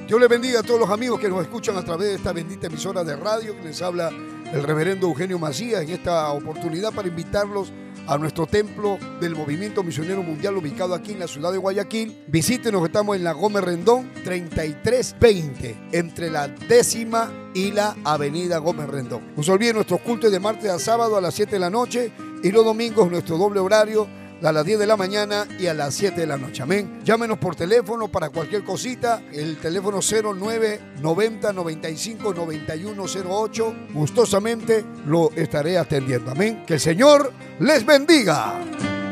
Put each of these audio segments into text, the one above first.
Dios les bendiga a todos los amigos que nos escuchan a través de esta bendita emisora de radio. Que les habla el reverendo Eugenio Macías en esta oportunidad para invitarlos a nuestro templo del Movimiento Misionero Mundial ubicado aquí en la ciudad de Guayaquil. Visítenos, estamos en la Gómez Rendón 3320, entre la 10ª y la avenida Gómez Rendón. No se olviden nuestros cultos de martes a sábado a las 7 de la noche y los domingos nuestro doble horario a las 10 de la mañana y a las 7 de la noche. Amén. Llámenos por teléfono para cualquier cosita. El teléfono 0990 95 9108. Gustosamente lo estaré atendiendo. Amén. Que el Señor les bendiga.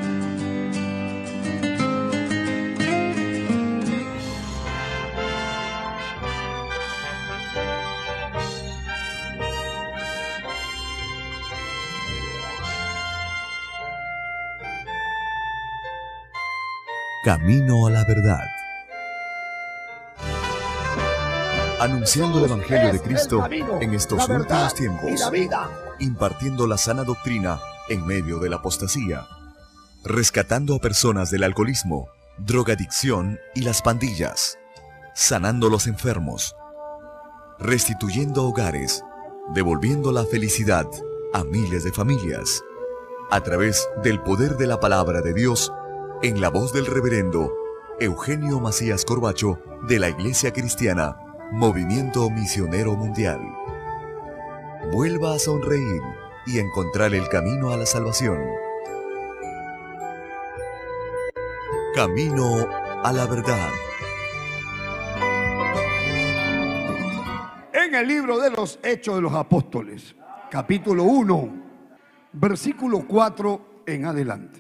Camino a la verdad. Anunciando el Evangelio de Cristo en estos últimos tiempos, impartiendo la sana doctrina en medio de la apostasía, rescatando a personas del alcoholismo, drogadicción y las pandillas, sanando los enfermos, restituyendo hogares, devolviendo la felicidad a miles de familias, a través del poder de la palabra de Dios, en la voz del reverendo Eugenio Macías Corbacho de la Iglesia Cristiana Movimiento Misionero Mundial. Vuelva a sonreír y encontrar el camino a la salvación. Camino a la verdad. En el libro de los Hechos de los Apóstoles, capítulo 1, versículo 4 en adelante.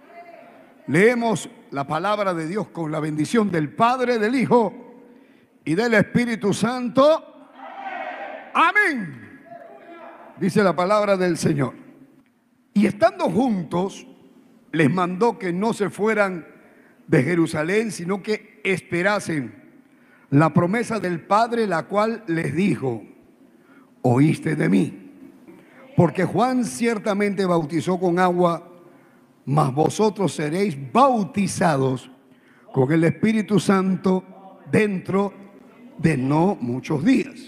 Leemos la palabra de Dios con la bendición del Padre, del Hijo y del Espíritu Santo. Amén. Dice la palabra del Señor. Y estando juntos, les mandó que no se fueran de Jerusalén, sino que esperasen la promesa del Padre, la cual les dijo: oíste de mí. Porque Juan ciertamente bautizó con agua, mas vosotros seréis bautizados con el Espíritu Santo dentro de no muchos días.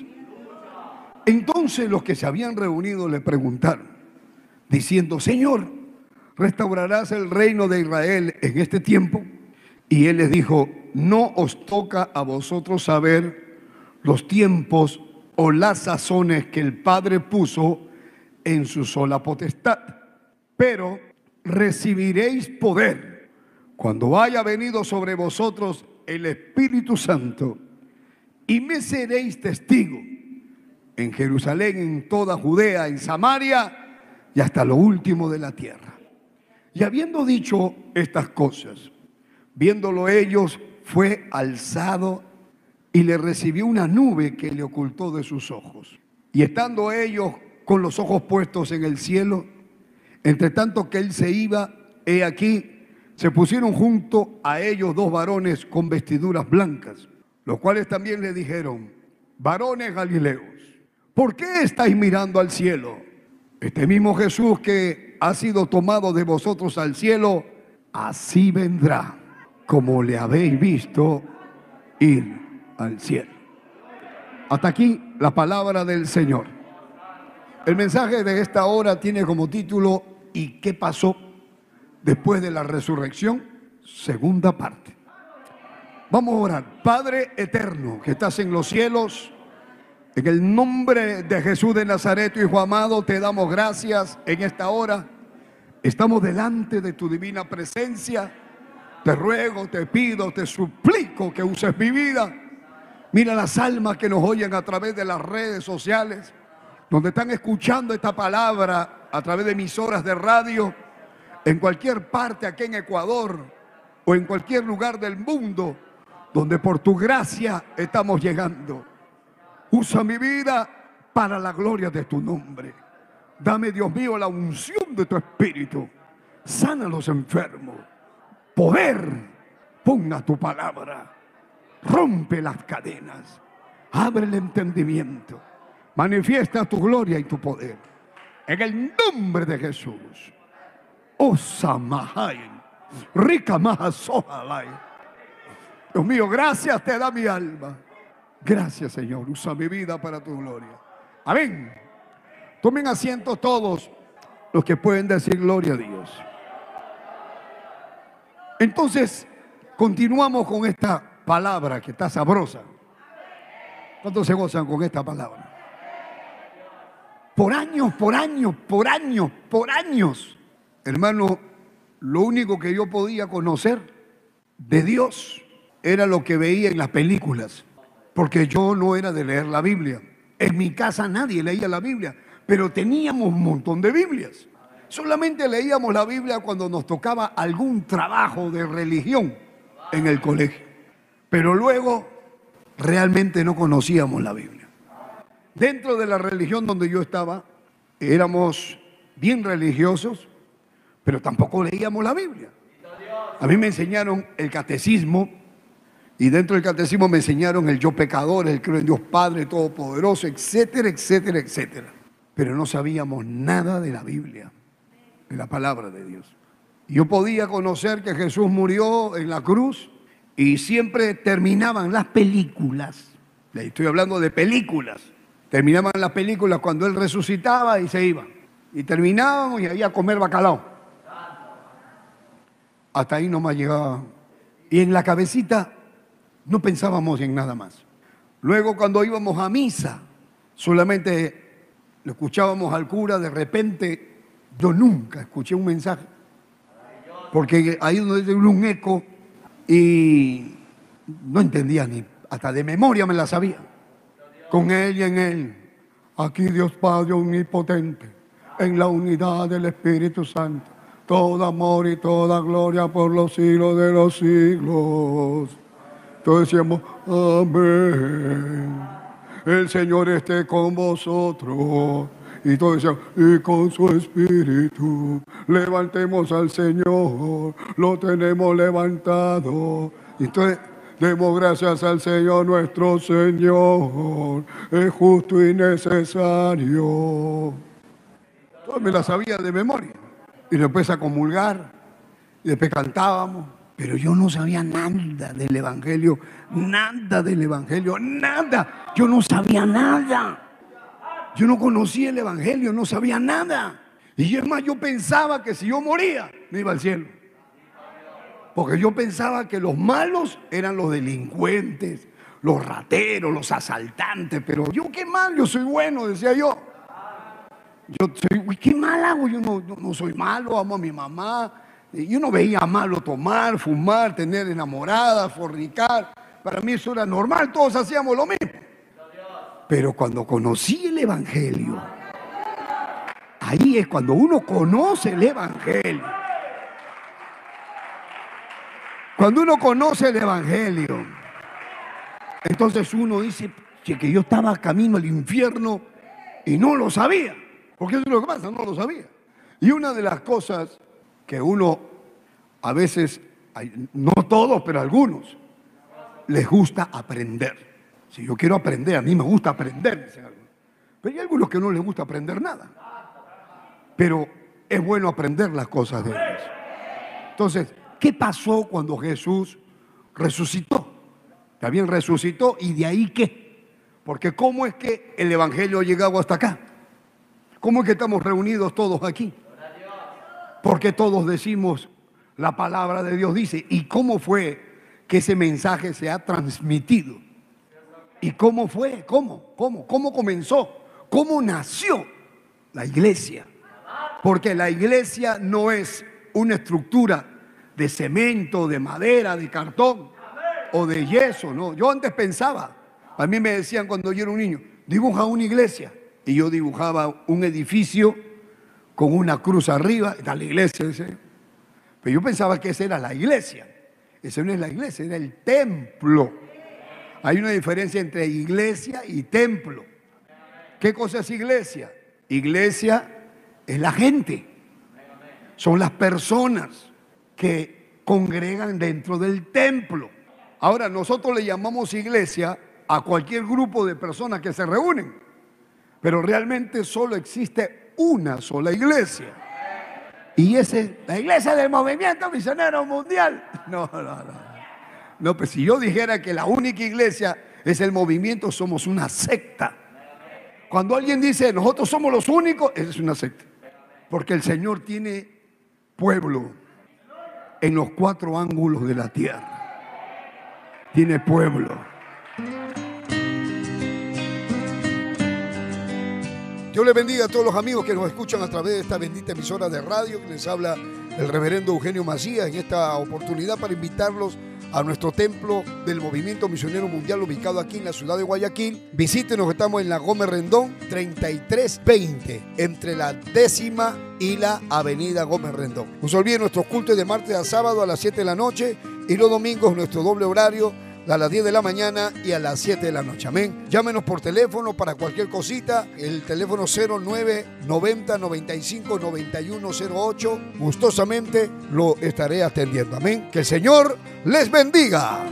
Entonces los que se habían reunido le preguntaron, diciendo: Señor, ¿restaurarás el reino de Israel en este tiempo? Y él les dijo: no os toca a vosotros saber los tiempos o las sazones que el Padre puso en su sola potestad, pero recibiréis poder cuando haya venido sobre vosotros el Espíritu Santo, y me seréis testigo en Jerusalén, en toda Judea, en Samaria y hasta lo último de la tierra. Y habiendo dicho estas cosas, viéndolo ellos, fue alzado y le recibió una nube que le ocultó de sus ojos. Y estando ellos con los ojos puestos en el cielo, entre tanto que él se iba, he aquí, se pusieron junto a ellos dos varones con vestiduras blancas, los cuales también le dijeron: varones galileos, ¿por qué estáis mirando al cielo? Este mismo Jesús que ha sido tomado de vosotros al cielo, así vendrá como le habéis visto ir al cielo. Hasta aquí la palabra del Señor. El mensaje de esta hora tiene como título: ¿y qué pasó después de la resurrección? Segunda parte. Vamos a orar. Padre eterno que estás en los cielos, en el nombre de Jesús de Nazaret, tu Hijo amado, te damos gracias en esta hora. Estamos delante de tu divina presencia. Te ruego, te pido, te suplico que uses mi vida. Mira las almas que nos oyen a través de las redes sociales, donde están escuchando esta palabra a través de emisoras de radio, en cualquier parte aquí en Ecuador o en cualquier lugar del mundo, donde por tu gracia estamos llegando. Usa mi vida para la gloria de tu nombre. Dame, Dios mío, la unción de tu Espíritu. Sana a los enfermos. Poder, ponga tu palabra. Rompe las cadenas. Abre el entendimiento. Manifiesta tu gloria y tu poder. En el nombre de Jesús. Osamahai. Rica Mahasohalai. Dios mío, gracias te da mi alma. Gracias, Señor. Usa mi vida para tu gloria. Amén. Tomen asiento todos los que pueden decir gloria a Dios. Entonces, continuamos con esta palabra que está sabrosa. ¿Cuántos se gozan con esta palabra? Por años, hermano, lo único que yo podía conocer de Dios era lo que veía en las películas, porque yo no era de leer la Biblia. En mi casa nadie leía la Biblia, pero teníamos un montón de Biblias. Solamente leíamos la Biblia cuando nos tocaba algún trabajo de religión en el colegio. Pero luego realmente no conocíamos la Biblia. Dentro de la religión donde yo estaba, éramos bien religiosos, pero tampoco leíamos la Biblia. A mí me enseñaron el catecismo, y dentro del catecismo me enseñaron el yo pecador, el creo en Dios Padre Todopoderoso, etcétera, etcétera, etcétera. Pero no sabíamos nada de la Biblia, de la palabra de Dios. Yo podía conocer que Jesús murió en la cruz y siempre terminaban las películas. Estoy hablando de películas. Terminaban las películas cuando Él resucitaba y se iba. Y terminábamos y había a comer bacalao. Hasta ahí nomás llegaba. Y en la cabecita no pensábamos en nada más. Luego cuando íbamos a misa, solamente le escuchábamos al cura. De repente yo nunca escuché un mensaje, porque ahí donde hay un eco y no entendía ni, hasta de memoria me la sabía. Con Él y en Él, aquí Dios Padre omnipotente, en la unidad del Espíritu Santo, todo amor y toda gloria por los siglos de los siglos. Entonces decíamos, amén. El Señor esté con vosotros. Y todos decían, y con su espíritu, levantemos al Señor, lo tenemos levantado. Entonces, demos gracias al Señor nuestro Señor, es justo y necesario. Entonces me la sabía de memoria. Y después a comulgar, y después cantábamos. Pero yo no sabía nada del Evangelio, nada. Yo no sabía nada. Yo no conocía el Evangelio, no sabía nada. Y es más, yo pensaba que si yo moría, me iba al cielo. Porque yo pensaba que los malos eran los delincuentes, los rateros, los asaltantes. Pero yo, qué mal, yo soy bueno, decía yo. ¿Qué mal hago? Yo no soy malo, amo a mi mamá. Yo no veía malo tomar, fumar, tener enamoradas, fornicar. Para mí eso era normal, todos hacíamos lo mismo. Pero cuando conocí el Evangelio, ahí es cuando uno conoce el Evangelio. Cuando uno conoce el Evangelio, entonces uno dice que yo estaba camino al infierno y no lo sabía. Porque eso es lo que pasa, no lo sabía. Y una de las cosas que uno a veces, no todos, pero algunos, les gusta aprender. Si yo quiero aprender, a mí me gusta aprender, dicen algunos. Pero hay algunos que no les gusta aprender nada. Pero es bueno aprender las cosas de Dios. Entonces, ¿qué pasó cuando Jesús resucitó? También resucitó, ¿y de ahí qué? Porque ¿cómo es que el Evangelio ha llegado hasta acá? ¿Cómo es que estamos reunidos todos aquí? Porque todos decimos la palabra de Dios dice. ¿Y cómo fue que ese mensaje se ha transmitido? ¿Y cómo fue? ¿Cómo comenzó? ¿Cómo nació la iglesia? Porque la iglesia no es una estructura de cemento, de madera, de cartón o de yeso, no. Yo antes pensaba, a mí me decían cuando yo era un niño, dibuja una iglesia. Y yo dibujaba un edificio con una cruz arriba, está la iglesia ese. Pero yo pensaba que esa era la iglesia. Esa no es la iglesia, era el templo. Hay una diferencia entre iglesia y templo. ¿Qué cosa es iglesia? Iglesia es la gente. Son las personas que congregan dentro del templo. Ahora, nosotros le llamamos iglesia a cualquier grupo de personas que se reúnen. Pero realmente solo existe una sola iglesia. Y esa es la iglesia del Movimiento Misionero Mundial. No, pues si yo dijera que la única iglesia Es el movimiento, somos una secta. Cuando alguien dice nosotros somos los únicos, esa es una secta. Porque el Señor tiene pueblo en los 4 ángulos de la tierra. Tiene pueblo. Dios les bendiga a todos los amigos que nos escuchan a través de esta bendita emisora de radio. Que les habla el reverendo Eugenio Macías en esta oportunidad para invitarlos a nuestro templo del Movimiento Misionero Mundial ubicado aquí en la ciudad de Guayaquil. Visítenos, estamos en la Gómez Rendón 3320, entre la 10ª y la avenida Gómez Rendón. No se olviden, nuestros cultos de martes a sábado a las 7 de la noche y los domingos nuestro doble horario a las 10 de la mañana y a las 7 de la noche. Amén. Llámenos por teléfono para cualquier cosita. El teléfono 0990 95 9108. Gustosamente lo estaré atendiendo. Amén. Que el Señor les bendiga.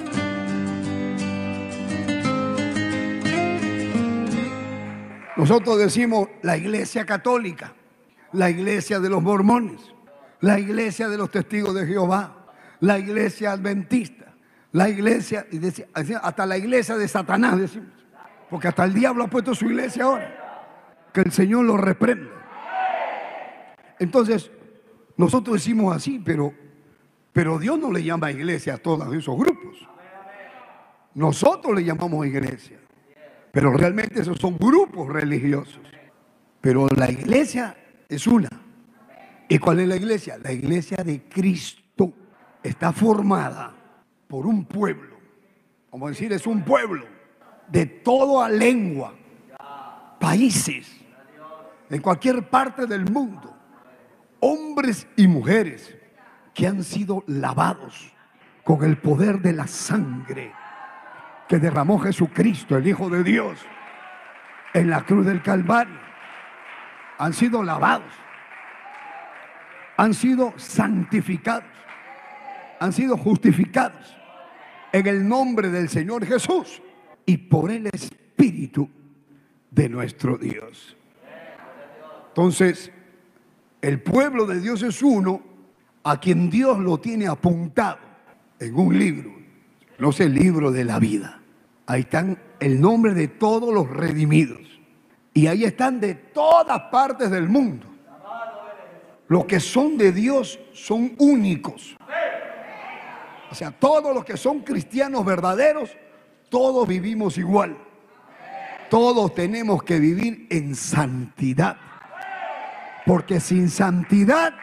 Nosotros decimos la iglesia católica, la iglesia de los mormones, la iglesia de los testigos de Jehová, la iglesia adventista. La iglesia, hasta la iglesia de Satanás decimos, porque hasta el diablo ha puesto su iglesia ahora. Que el Señor lo reprenda. Entonces, nosotros decimos así, pero Dios no le llama iglesia a todos esos grupos. Nosotros le llamamos iglesia, pero realmente esos son grupos religiosos. Pero la iglesia es una. ¿Y cuál es la iglesia? La iglesia de Cristo está formada por un pueblo, como decir, es un pueblo de toda lengua, países, en cualquier parte del mundo, hombres y mujeres que han sido lavados con el poder de la sangre que derramó Jesucristo, el Hijo de Dios, en la cruz del Calvario. Han sido lavados, han sido santificados, han sido justificados en el nombre del Señor Jesús y por el Espíritu de nuestro Dios. Entonces, el pueblo de Dios es uno a quien Dios lo tiene apuntado en un libro, no sé, el libro de la vida. Ahí están el nombre de todos los redimidos y ahí están de todas partes del mundo. Los que son de Dios son únicos. O sea, todos los que son cristianos verdaderos, todos vivimos igual. Todos tenemos que vivir en santidad. Porque sin santidad,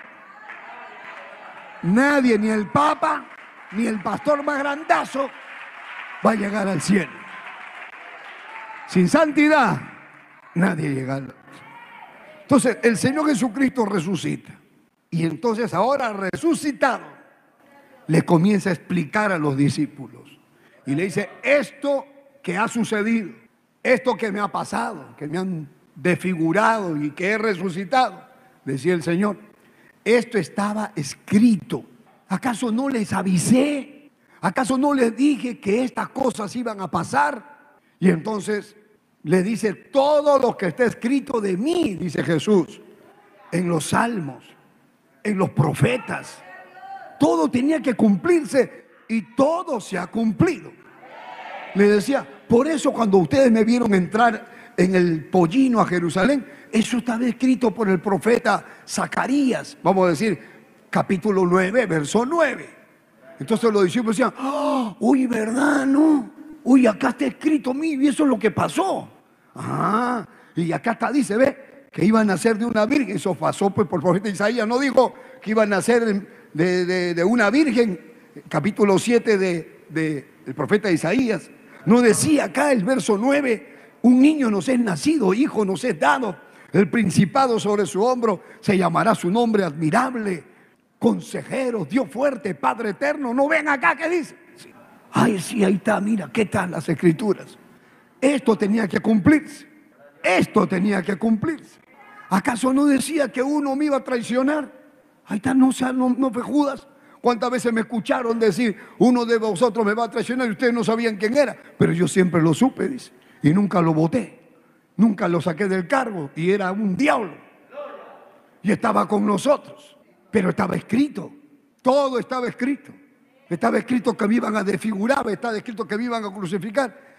nadie, ni el Papa, ni el pastor más grandazo, va a llegar al cielo. Sin santidad, nadie llega al cielo. Entonces, el Señor Jesucristo resucita. Y entonces, ahora resucitado, le comienza a explicar a los discípulos y le dice: esto que ha sucedido, esto que me ha pasado, que me han desfigurado y que he resucitado, decía el Señor, esto estaba escrito. ¿Acaso no les avisé? ¿Acaso no les dije que estas cosas iban a pasar? Y entonces le dice: todo lo que está escrito de mí, dice Jesús, en los salmos, en los profetas, todo tenía que cumplirse y todo se ha cumplido. Le decía, por eso cuando ustedes me vieron entrar en el pollino a Jerusalén, eso estaba escrito por el profeta Zacarías, vamos a decir, capítulo 9, verso 9. Entonces los discípulos decían: ¡oh, uy, verdad, no! Uy, acá está escrito, y eso es lo que pasó. Ah, y acá está, dice, ve, que iban a nacer de una virgen. Eso pasó pues por el profeta Isaías, no dijo que iban a nacer de una virgen, capítulo 7 del profeta Isaías. No decía acá el verso 9: un niño nos es nacido, hijo nos es dado, el principado sobre su hombro, se llamará su nombre admirable, consejero, Dios fuerte, Padre eterno. No ven acá, ¿qué dice? Sí. Ay, sí, ahí está, mira, ¿qué tal las escrituras? Esto tenía que cumplirse, esto tenía que cumplirse. ¿Acaso no decía que uno me iba a traicionar? Ahí está, no fue Judas. ¿Cuántas veces me escucharon decir: uno de vosotros me va a traicionar? Y ustedes no sabían quién era. Pero yo siempre lo supe, dice, y nunca lo voté, nunca lo saqué del cargo, y era un diablo y estaba con nosotros. Pero estaba escrito, todo estaba escrito. Estaba escrito que me iban a desfigurar, estaba escrito que me iban a crucificar.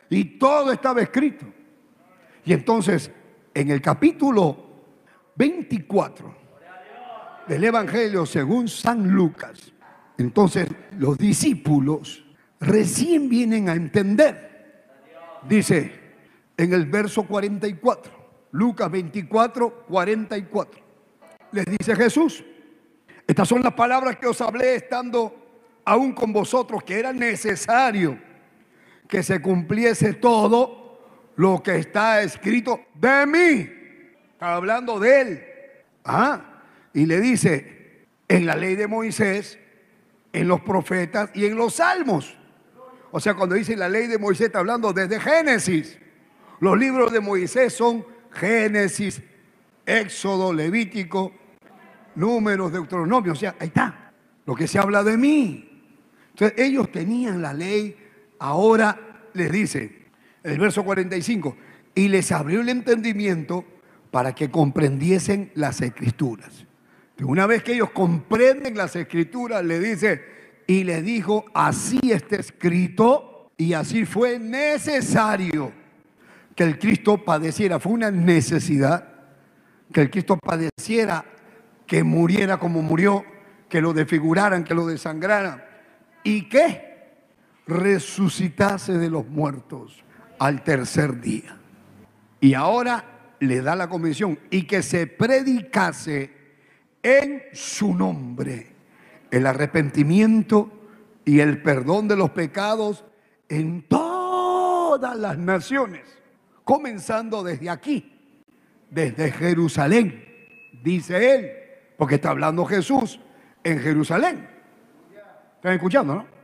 Y todo estaba escrito. Y entonces, en el capítulo 24 del Evangelio según San Lucas, entonces los discípulos recién vienen a entender. Dice en el verso 44, Lucas 24, 44, les dice Jesús: estas son las palabras que os hablé estando aún con vosotros, que era necesario que se cumpliese todo lo que está escrito de mí. Está hablando de él. Y le dice, en la ley de Moisés, en los profetas y en los salmos. O sea, cuando dice la ley de Moisés, está hablando desde Génesis. Los libros de Moisés son Génesis, Éxodo, Levítico, Números, Deuteronomio. O sea, ahí está lo que se habla de mí. Entonces ellos tenían la ley. Ahora les dice el verso 45, y les abrió el entendimiento para que comprendiesen las escrituras. Y una vez que ellos comprenden las escrituras, le dice, y le dijo, así está escrito, y así fue necesario que el Cristo padeciera. Fue una necesidad que el Cristo padeciera, que muriera como murió, que lo desfiguraran, que lo desangraran, y que resucitase de los muertos al tercer día. Y ahora le da la comisión, y que se predicase en su nombre el arrepentimiento y el perdón de los pecados en todas las naciones, comenzando desde aquí, desde Jerusalén, dice él, porque está hablando Jesús en Jerusalén. ¿Están escuchando, no?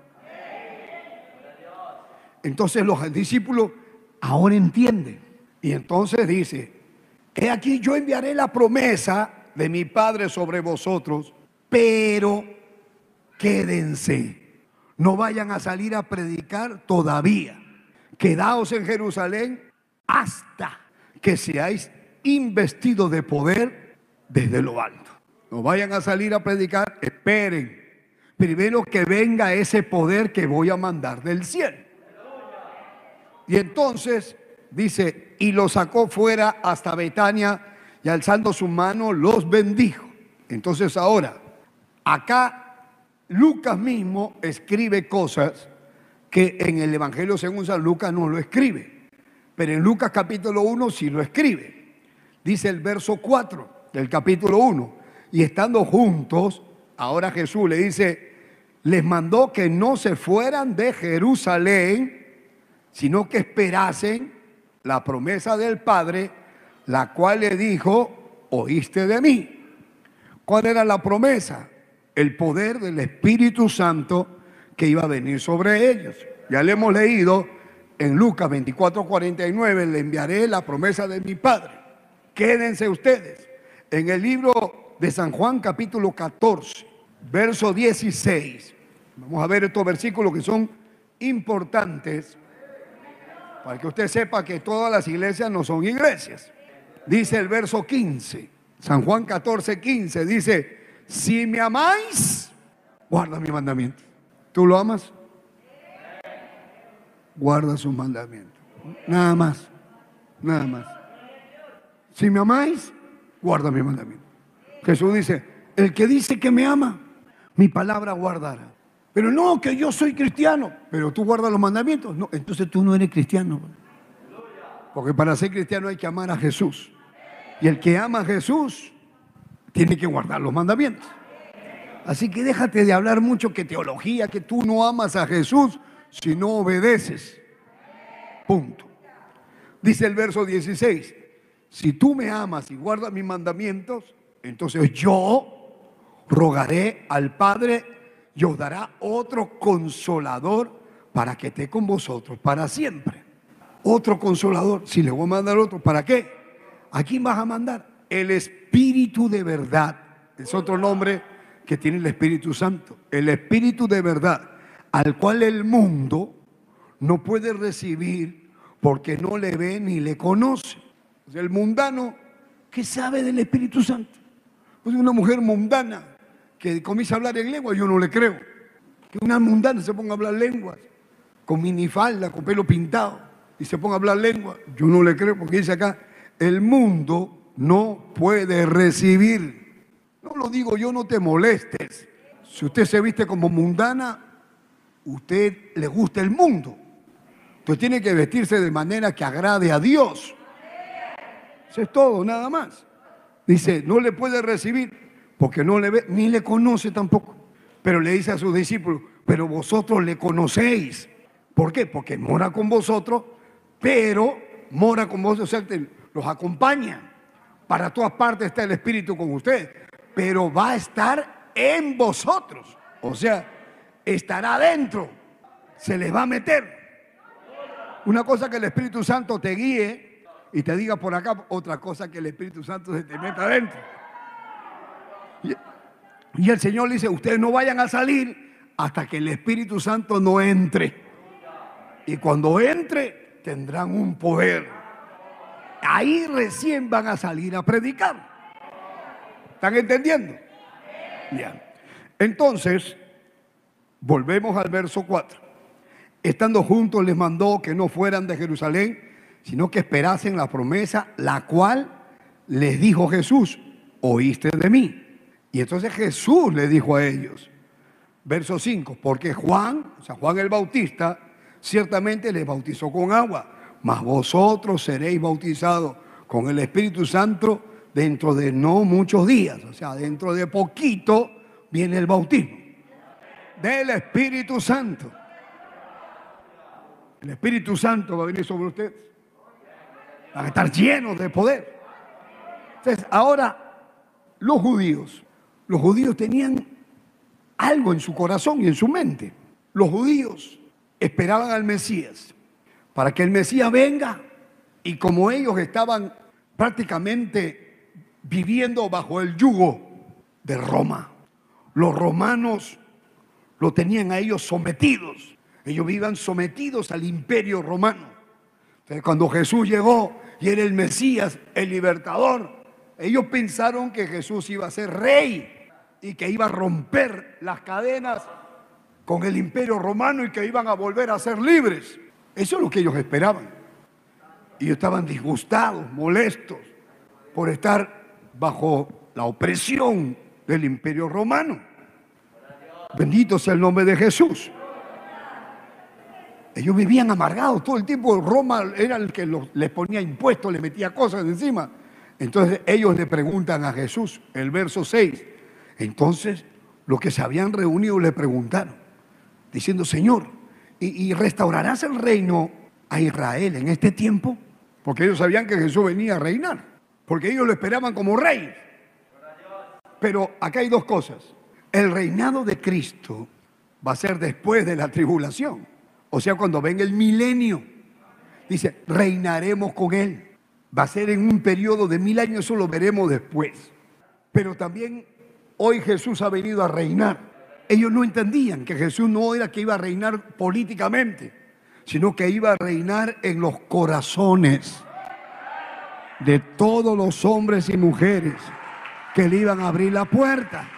Entonces los discípulos ahora entienden. Y entonces dice, he aquí yo enviaré la promesa de mi Padre sobre vosotros, pero quédense, no vayan a salir a predicar todavía. Quedaos en Jerusalén hasta que seáis investidos de poder desde lo alto. No vayan a salir a predicar, esperen. Primero que venga ese poder que voy a mandar del cielo. Y entonces dice, y los sacó fuera hasta Betania, y alzando su mano los bendijo. Entonces ahora, acá Lucas mismo escribe cosas que en el Evangelio según San Lucas no lo escribe, pero en Lucas capítulo 1 sí lo escribe. Dice el verso 4 del capítulo 1, y estando juntos, ahora Jesús le dice, les mandó que no se fueran de Jerusalén, sino que esperasen la promesa del Padre, la cual le dijo, oíste de mí. ¿Cuál era la promesa? El poder del Espíritu Santo que iba a venir sobre ellos. Ya le hemos leído en Lucas 24:49, le enviaré la promesa de mi Padre. Quédense ustedes. En el libro de San Juan capítulo 14, verso 16. Vamos a ver estos versículos que son importantes para que usted sepa que todas las iglesias no son iglesias. Dice el verso 15, San Juan 14, 15, dice, si me amáis, guarda mi mandamiento. ¿Tú lo amas? Guarda sus mandamientos. Nada más, nada más. Si me amáis, guarda mi mandamiento. Jesús dice, el que dice que me ama, mi palabra guardará. Pero no, que yo soy cristiano. Pero tú guardas los mandamientos. No, entonces tú no eres cristiano. Porque para ser cristiano hay que amar a Jesús. Y el que ama a Jesús tiene que guardar los mandamientos. Así que déjate de hablar mucho que teología, que tú no amas a Jesús si no obedeces. Punto. Dice el verso 16, si tú me amas y guardas mis mandamientos, entonces yo rogaré al Padre y os dará otro consolador para que esté con vosotros para siempre. Otro consolador. Si le voy a mandar otro, ¿para qué? ¿A quién vas a mandar? El Espíritu de verdad. Es otro nombre que tiene el Espíritu Santo. El Espíritu de verdad, al cual el mundo no puede recibir porque no le ve ni le conoce. O sea, el mundano, ¿qué sabe del Espíritu Santo? Pues una mujer mundana que comienza a hablar en lengua, yo no le creo. Que una mundana se ponga a hablar lenguas, con minifalda, con pelo pintado. y se ponga a hablar lengua. Yo no le creo porque dice acá, el mundo no puede recibir. No lo digo yo, no te molestes. Si usted se viste como mundana, usted le gusta el mundo. Entonces tiene que vestirse de manera que agrade a Dios. Eso es todo, nada más. Dice, no le puede recibir porque no le ve, ni le conoce tampoco. Pero le dice a sus discípulos, pero vosotros le conocéis. ¿Por qué? Porque mora con vosotros, pero mora con vosotros, o sea, los acompaña. Para todas partes está el Espíritu con ustedes, pero va a estar en vosotros. O sea, estará adentro, se les va a meter. Una cosa que el Espíritu Santo te guíe y te diga por acá, otra cosa que el Espíritu Santo se te meta adentro. Y el Señor le dice, ustedes no vayan a salir hasta que el Espíritu Santo no entre. Y cuando entre, tendrán un poder. Ahí recién van a salir a predicar. ¿Están entendiendo? Bien. Entonces, volvemos al verso 4. Estando juntos les mandó que no fueran de Jerusalén, sino que esperasen la promesa, la cual les dijo Jesús, oíste de mí. Y entonces Jesús le dijo a ellos, verso 5, porque Juan, o sea, Juan el Bautista, ciertamente les bautizó con agua, mas vosotros seréis bautizados con el Espíritu Santo dentro de no muchos días. O sea, dentro de poquito viene el bautismo del Espíritu Santo. El Espíritu Santo va a venir sobre ustedes. Van a estar llenos de poder. Entonces, ahora, los judíos tenían algo en su corazón y en su mente. Los judíos esperaban al Mesías para que el Mesías venga, y como ellos estaban prácticamente viviendo bajo el yugo de Roma, los romanos lo tenían a ellos sometidos. Ellos vivían sometidos al imperio romano. Entonces, cuando Jesús llegó y era el Mesías, el libertador, ellos pensaron que Jesús iba a ser rey y que iba a romper las cadenas con el imperio romano y que iban a volver a ser libres. Eso es lo que ellos esperaban. Y estaban disgustados, molestos por estar bajo la opresión del imperio romano. Bendito sea el nombre de Jesús. Ellos vivían amargados todo el tiempo. Roma era el que les ponía impuestos, les metía cosas encima. Entonces ellos le preguntan a Jesús, el verso 6. Entonces los que se habían reunido le preguntaron, diciendo, Señor, ¿y restaurarás el reino a Israel en este tiempo? Porque ellos sabían que Jesús venía a reinar, porque ellos lo esperaban como rey. Pero acá hay dos cosas. El reinado de Cristo va a ser después de la tribulación. O sea, cuando venga el milenio, dice, reinaremos con Él. Va a ser en un periodo de 1000 años, eso lo veremos después. Pero también hoy Jesús ha venido a reinar. Ellos no entendían que Jesús no era que iba a reinar políticamente, sino que iba a reinar en los corazones de todos los hombres y mujeres que le iban a abrir la puerta.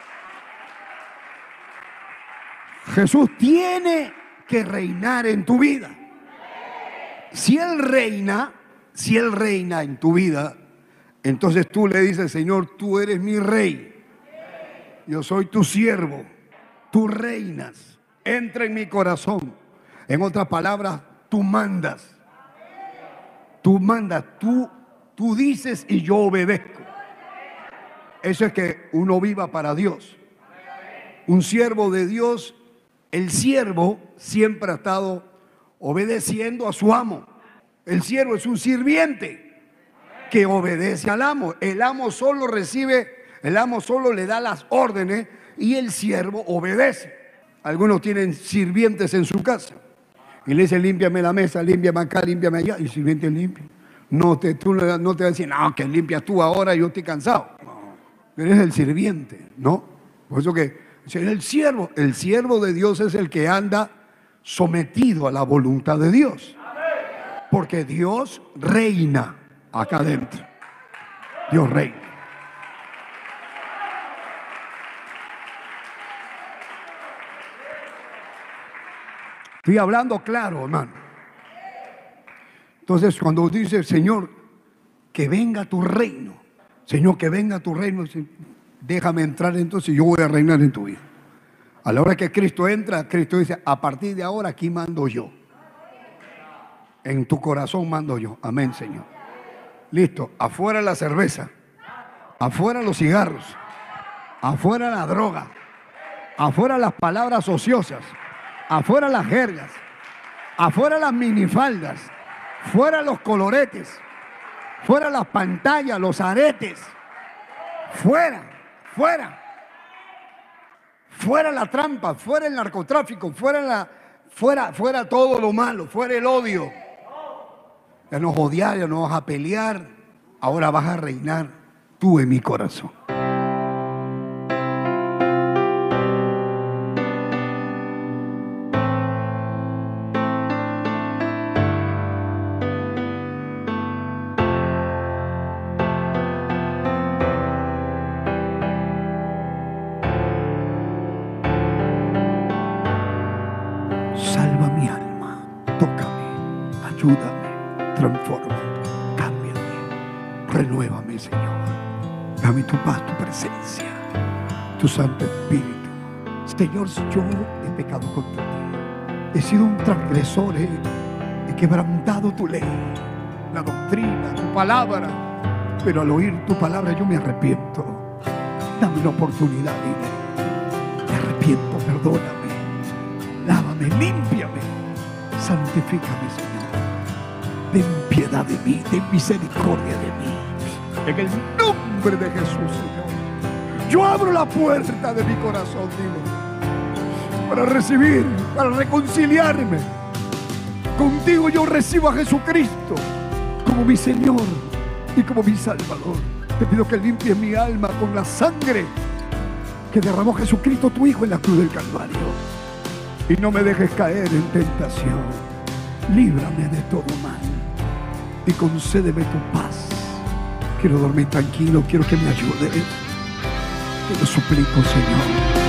Jesús tiene que reinar en tu vida. Si Él reina en tu vida, entonces tú le dices, Señor, tú eres mi rey. Yo soy tu siervo. Tú reinas. Entra en mi corazón. En otras palabras, tú mandas. Tú mandas. Tú dices y yo obedezco. Eso es que uno viva para Dios. Un siervo de Dios, el siervo siempre ha estado obedeciendo a su amo. El siervo es un sirviente que obedece al amo. El amo solo le da las órdenes y el siervo obedece. Algunos tienen sirvientes en su casa y le dicen, límpiame la mesa, límpiame acá, límpiame allá, y el sirviente limpia. Tú no te vas a decir, no, que limpias tú ahora, yo estoy cansado. No, eres el sirviente, ¿no? Por eso que es el siervo de Dios es el que anda sometido a la voluntad de Dios. Porque Dios reina acá adentro. Dios reina. Estoy hablando claro, hermano. Entonces, cuando dice, Señor, que venga tu reino, Señor, que venga tu reino, déjame entrar, entonces yo voy a reinar en tu vida. A la hora que Cristo entra, Cristo dice, a partir de ahora aquí mando yo. En tu corazón mando yo. Amén, Señor. Listo. Afuera la cerveza, afuera los cigarros, afuera la droga, afuera las palabras ociosas, afuera las jergas, afuera las minifaldas, fuera los coloretes, fuera las pantallas, los aretes, fuera, fuera. Fuera la trampa, fuera el narcotráfico, fuera todo lo malo, fuera el odio. Ya no odiar, ya no vas a pelear, ahora vas a reinar tú en mi corazón. Salva mi alma, tócame, ayúdame, transfórmame, cámbiame, renuévame, Señor. Dame tu paz, tu presencia, tu Santo Espíritu. Señor, si yo he pecado contra ti, he sido un transgresor, he quebrantado tu ley, la doctrina, tu palabra, pero al oír tu palabra yo me arrepiento. Dame una oportunidad, dile, me arrepiento, perdóname. Lávame, límpiame, santifícame, Señor. Ten piedad de mí, ten misericordia de mí. En el nombre de Jesús, Señor. Yo abro la puerta de mi corazón, digo, para recibir, para reconciliarme. Contigo yo recibo a Jesucristo como mi Señor y como mi Salvador. Te pido que limpies mi alma con la sangre que derramó Jesucristo, tu Hijo, en la cruz del Calvario. Y no me dejes caer en tentación. Líbrame de todo mal y concédeme tu paz. Quiero dormir tranquilo, quiero que me ayudes. Te lo suplico, Señor.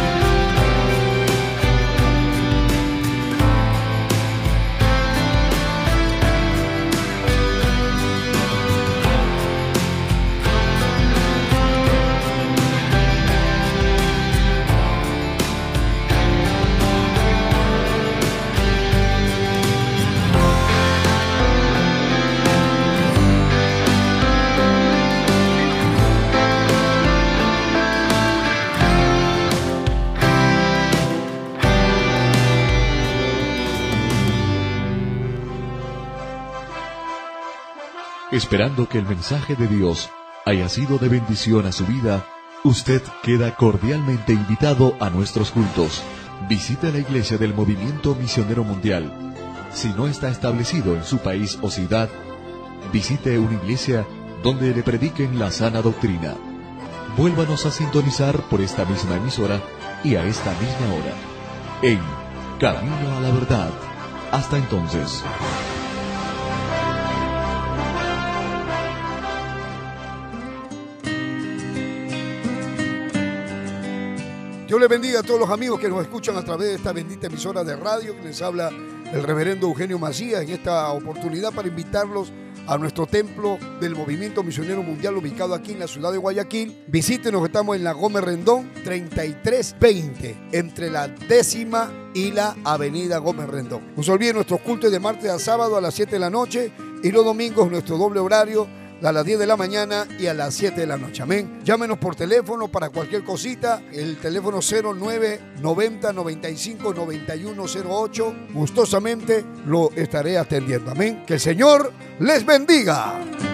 Esperando que el mensaje de Dios haya sido de bendición a su vida, usted queda cordialmente invitado a nuestros cultos. Visite la iglesia del Movimiento Misionero Mundial. Si no está establecido en su país o ciudad, visite una iglesia donde le prediquen la sana doctrina. Vuélvanos a sintonizar por esta misma emisora y a esta misma hora, en Camino a la Verdad. Hasta entonces. Dios les bendiga a todos los amigos que nos escuchan a través de esta bendita emisora de radio, que les habla el reverendo Eugenio Macías en esta oportunidad para invitarlos a nuestro templo del Movimiento Misionero Mundial ubicado aquí en la ciudad de Guayaquil. Visítenos, estamos en la Gómez Rendón 3320, entre la 10ª y la avenida Gómez Rendón. No se olviden, nuestros cultos de martes a sábado a las 7 de la noche y los domingos nuestro doble horario a las 10 de la mañana y a las 7 de la noche. Amén. Llámenos por teléfono para cualquier cosita. El teléfono 0990 95 9108. Gustosamente lo estaré atendiendo. Amén. Que el Señor les bendiga.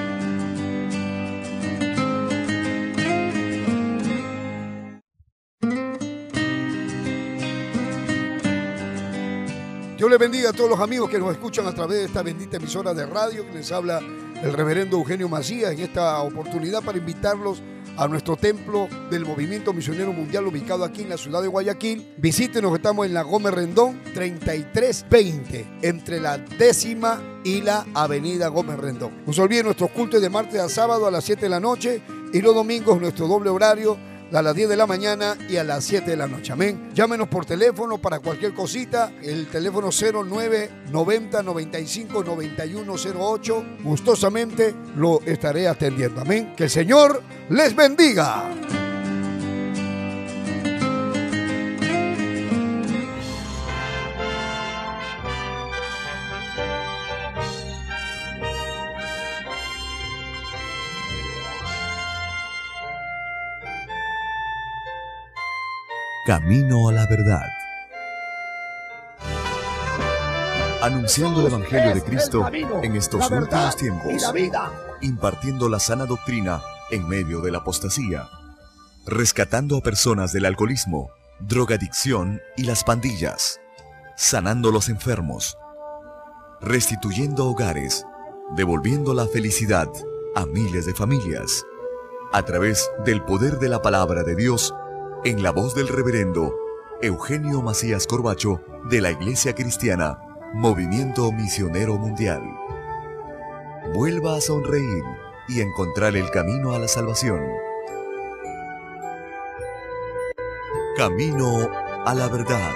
Dios les bendiga a todos los amigos que nos escuchan a través de esta bendita emisora de radio, que les habla el reverendo Eugenio Macías en esta oportunidad para invitarlos a nuestro templo del Movimiento Misionero Mundial ubicado aquí en la ciudad de Guayaquil. Visítenos, estamos en la Gómez Rendón 3320, entre la 10ª y la avenida Gómez Rendón. No se olviden, nuestros cultos de martes a sábado a las 7 de la noche y los domingos nuestro doble horario a las 10 de la mañana y a las 7 de la noche. Amén. Llámenos por teléfono para cualquier cosita. El teléfono 0990 95 9108. Gustosamente lo estaré atendiendo. Amén. Que el Señor les bendiga. Camino a la verdad. Anunciando el Evangelio de Cristo en estos últimos tiempos, impartiendo la sana doctrina en medio de la apostasía, rescatando a personas del alcoholismo, drogadicción y las pandillas, sanando los enfermos, restituyendo hogares, devolviendo la felicidad a miles de familias, a través del poder de la palabra de Dios, en la voz del reverendo Eugenio Macías Corbacho de la Iglesia Cristiana Movimiento Misionero Mundial. Vuelva a sonreír y encontrar el camino a la salvación. Camino a la verdad.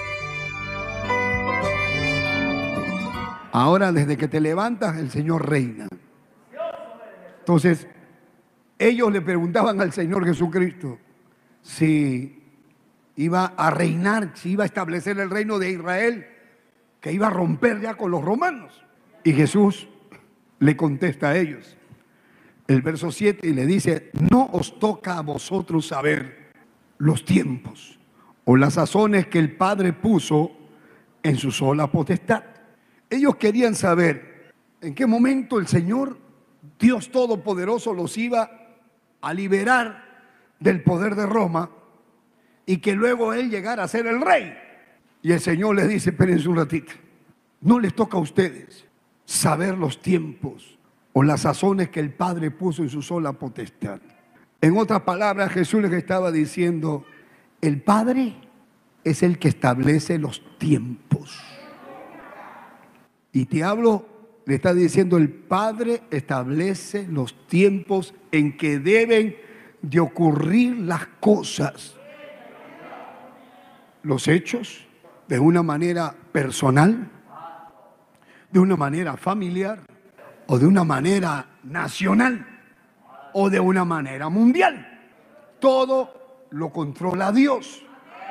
Ahora, desde que te levantas, el Señor reina. Entonces, ellos le preguntaban al Señor Jesucristo si iba a reinar, si iba a establecer el reino de Israel, que iba a romper ya con los romanos. Y Jesús le contesta a ellos, el verso 7, y le dice: no os toca a vosotros saber los tiempos o las sazones que el Padre puso en su sola potestad. Ellos querían saber en qué momento el Señor, Dios Todopoderoso, los iba a liberar del poder de Roma y que luego Él llegara a ser el rey. Y el Señor les dice: espérense un ratito, no les toca a ustedes saber los tiempos o las sazones que el Padre puso en su sola potestad. En otras palabras, Jesús les estaba diciendo: el Padre es el que establece los tiempos. Y te hablo, le está diciendo, el Padre establece los tiempos en que deben de ocurrir las cosas, los hechos, de una manera personal, de una manera familiar, o de una manera nacional, o de una manera mundial. Todo lo controla Dios.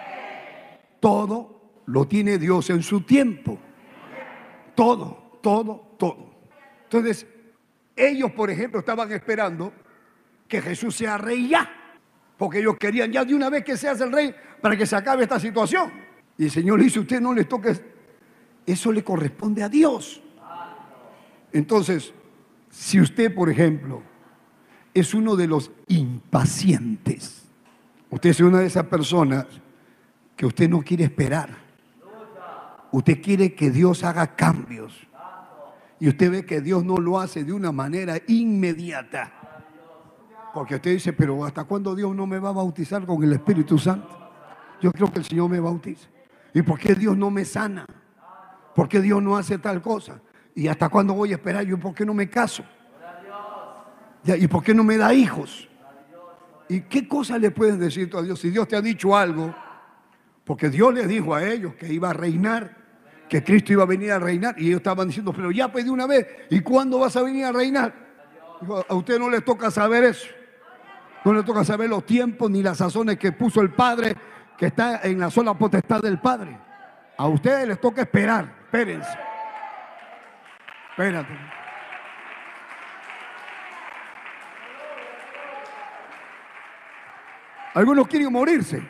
Todo lo tiene Dios en su tiempo. Todo, todo, todo. Entonces, ellos, por ejemplo, estaban esperando que Jesús sea rey ya, porque ellos querían ya de una vez que seas el rey para que se acabe esta situación. Y el Señor le dice: usted no les toque, eso le corresponde a Dios. Entonces, si usted, por ejemplo, es uno de los impacientes, usted es una de esas personas que usted no quiere esperar, usted quiere que Dios haga cambios, y usted ve que Dios no lo hace de una manera inmediata, porque usted dice: pero ¿hasta cuándo Dios no me va a bautizar con el Espíritu Santo? Yo creo que el Señor me bautiza. ¿Y por qué Dios no me sana? ¿Por qué Dios no hace tal cosa? ¿Y hasta cuándo voy a esperar? ¿Yo por qué no me caso? ¿Y por qué no me da hijos? ¿Y qué cosa le puedes decir tú a Dios? Si Dios te ha dicho algo, porque Dios les dijo a ellos que iba a reinar, que Cristo iba a venir a reinar, y ellos estaban diciendo: pero ya pedí una vez, ¿y cuándo vas a venir a reinar? Dijo: a usted no le toca saber eso. No le toca saber los tiempos ni las sazones que puso el Padre, que está en la sola potestad del Padre. A ustedes les toca esperar. Espérense. Espérate. Algunos quieren morirse.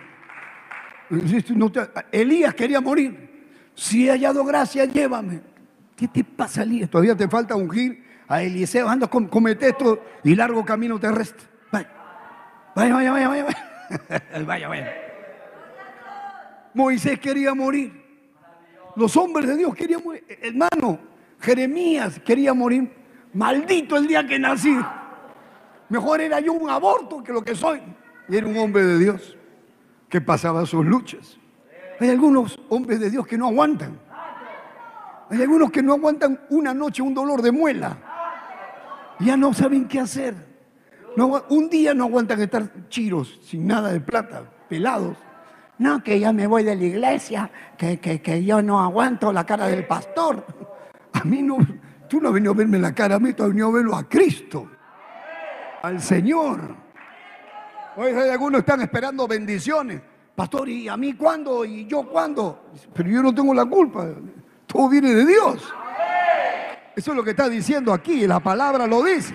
Elías quería morir. Si he hallado gracia, llévame. ¿Qué te pasa, Elías? Todavía te falta ungir a Eliseo. Anda, comete esto y largo camino terrestre. Vaya. Vaya. Moisés quería morir. Los hombres de Dios querían morir. Hermano, Jeremías quería morir. Maldito el día que nací. Mejor era yo un aborto que lo que soy. Y era un hombre de Dios que pasaba sus luchas. Hay algunos hombres de Dios que no aguantan. Hay algunos que no aguantan una noche un dolor de muela. Ya no saben qué hacer. No, un día no aguantan estar chiros, sin nada de plata, pelados. No, que ya me voy de la iglesia, que yo no aguanto la cara del pastor. A mí no, tú no has venido a verme la cara a mí, tú has venido a verlo a Cristo, al Señor. Hoy algunos están esperando bendiciones. Pastor, ¿y a mí cuándo? ¿Y yo cuándo? Pero yo no tengo la culpa. Todo viene de Dios. Eso es lo que está diciendo aquí, la palabra lo dice.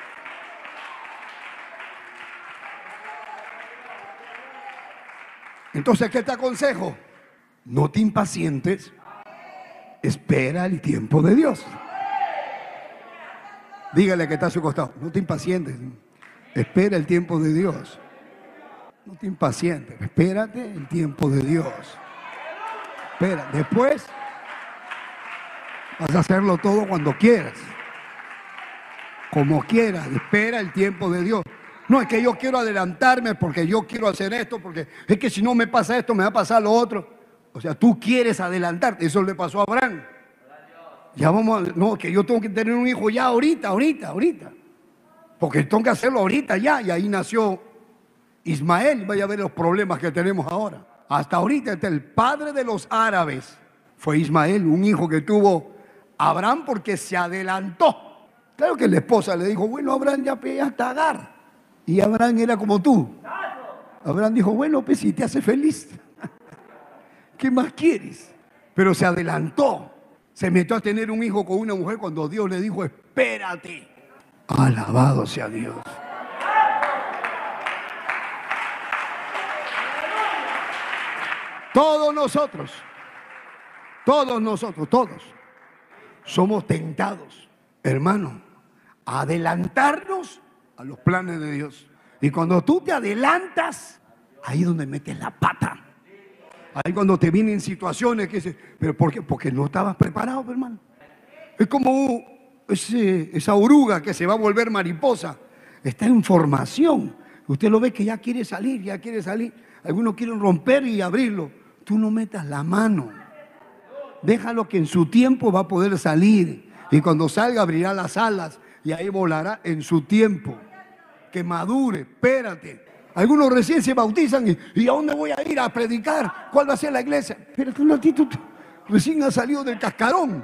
Entonces, ¿qué te aconsejo? No te impacientes, espera el tiempo de Dios. Dígale que está a su costado, no te impacientes, espera el tiempo de Dios. No te impacientes, espérate el tiempo de Dios. Espera, después vas a hacerlo todo cuando quieras. Como quieras, espera el tiempo de Dios. No es que yo quiero adelantarme porque yo quiero hacer esto, porque es que si no me pasa esto, me va a pasar lo otro. O sea, tú quieres adelantarte. Eso le pasó a Abraham. Ya no, que yo tengo que tener un hijo ya ahorita. Porque tengo que hacerlo ahorita ya. Y ahí nació Ismael. Vaya a ver los problemas que tenemos ahora. Hasta ahorita, el padre de los árabes fue Ismael, un hijo que tuvo Abraham porque se adelantó. Claro que la esposa le dijo, bueno, Abraham ya pegaste a Agar. Y Abraham era como tú. Abraham dijo, bueno, pues si te hace feliz, ¿qué más quieres? Pero se adelantó. Se metió a tener un hijo con una mujer cuando Dios le dijo, espérate. Alabado sea Dios. Todos nosotros, somos tentados, hermano, a adelantarnos a los planes de Dios. Y cuando tú te adelantas, ahí es donde metes la pata. Ahí cuando te vienen situaciones que dices, ¿pero por qué? Porque no estabas preparado, hermano. Es como esa oruga que se va a volver mariposa. Está en formación. Usted lo ve que ya quiere salir. Algunos quieren romper y abrirlo. Tú no metas la mano. Déjalo que en su tiempo va a poder salir. Y cuando salga abrirá las alas y ahí volará en su tiempo. Que madure, espérate. Algunos recién se bautizan y ¿a dónde voy a ir a predicar? ¿Cuál va a ser la iglesia? Espérate un ratito, recién ha salido del cascarón.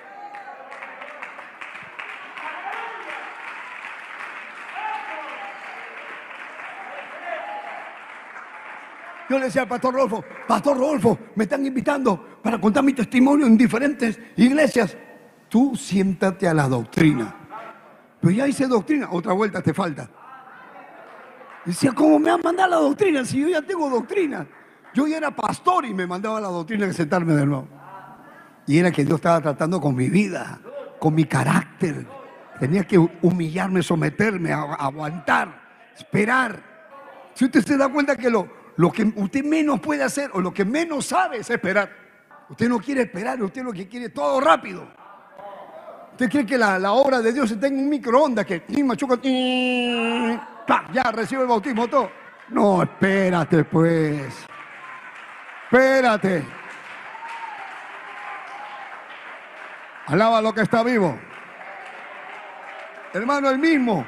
Yo le decía al Pastor Rodolfo, me están invitando para contar mi testimonio en diferentes iglesias. Tú siéntate a la doctrina. Pero ya hice doctrina, otra vuelta te falta. Decía, ¿cómo me han mandado la doctrina? Si yo ya tengo doctrina. Yo ya era pastor y me mandaba la doctrina que sentarme de nuevo. Y era que Dios estaba tratando con mi vida, con mi carácter. Tenía que humillarme, someterme, aguantar, esperar. Si usted se da cuenta que lo que usted menos puede hacer o lo que menos sabe es esperar. Usted no quiere esperar, usted lo que quiere es todo rápido. ¿Usted cree que la obra de Dios está en un microondas que machuca, ya recibe el bautismo todo? No, espérate pues. Espérate. Alaba lo que está vivo. Hermano, el mismo.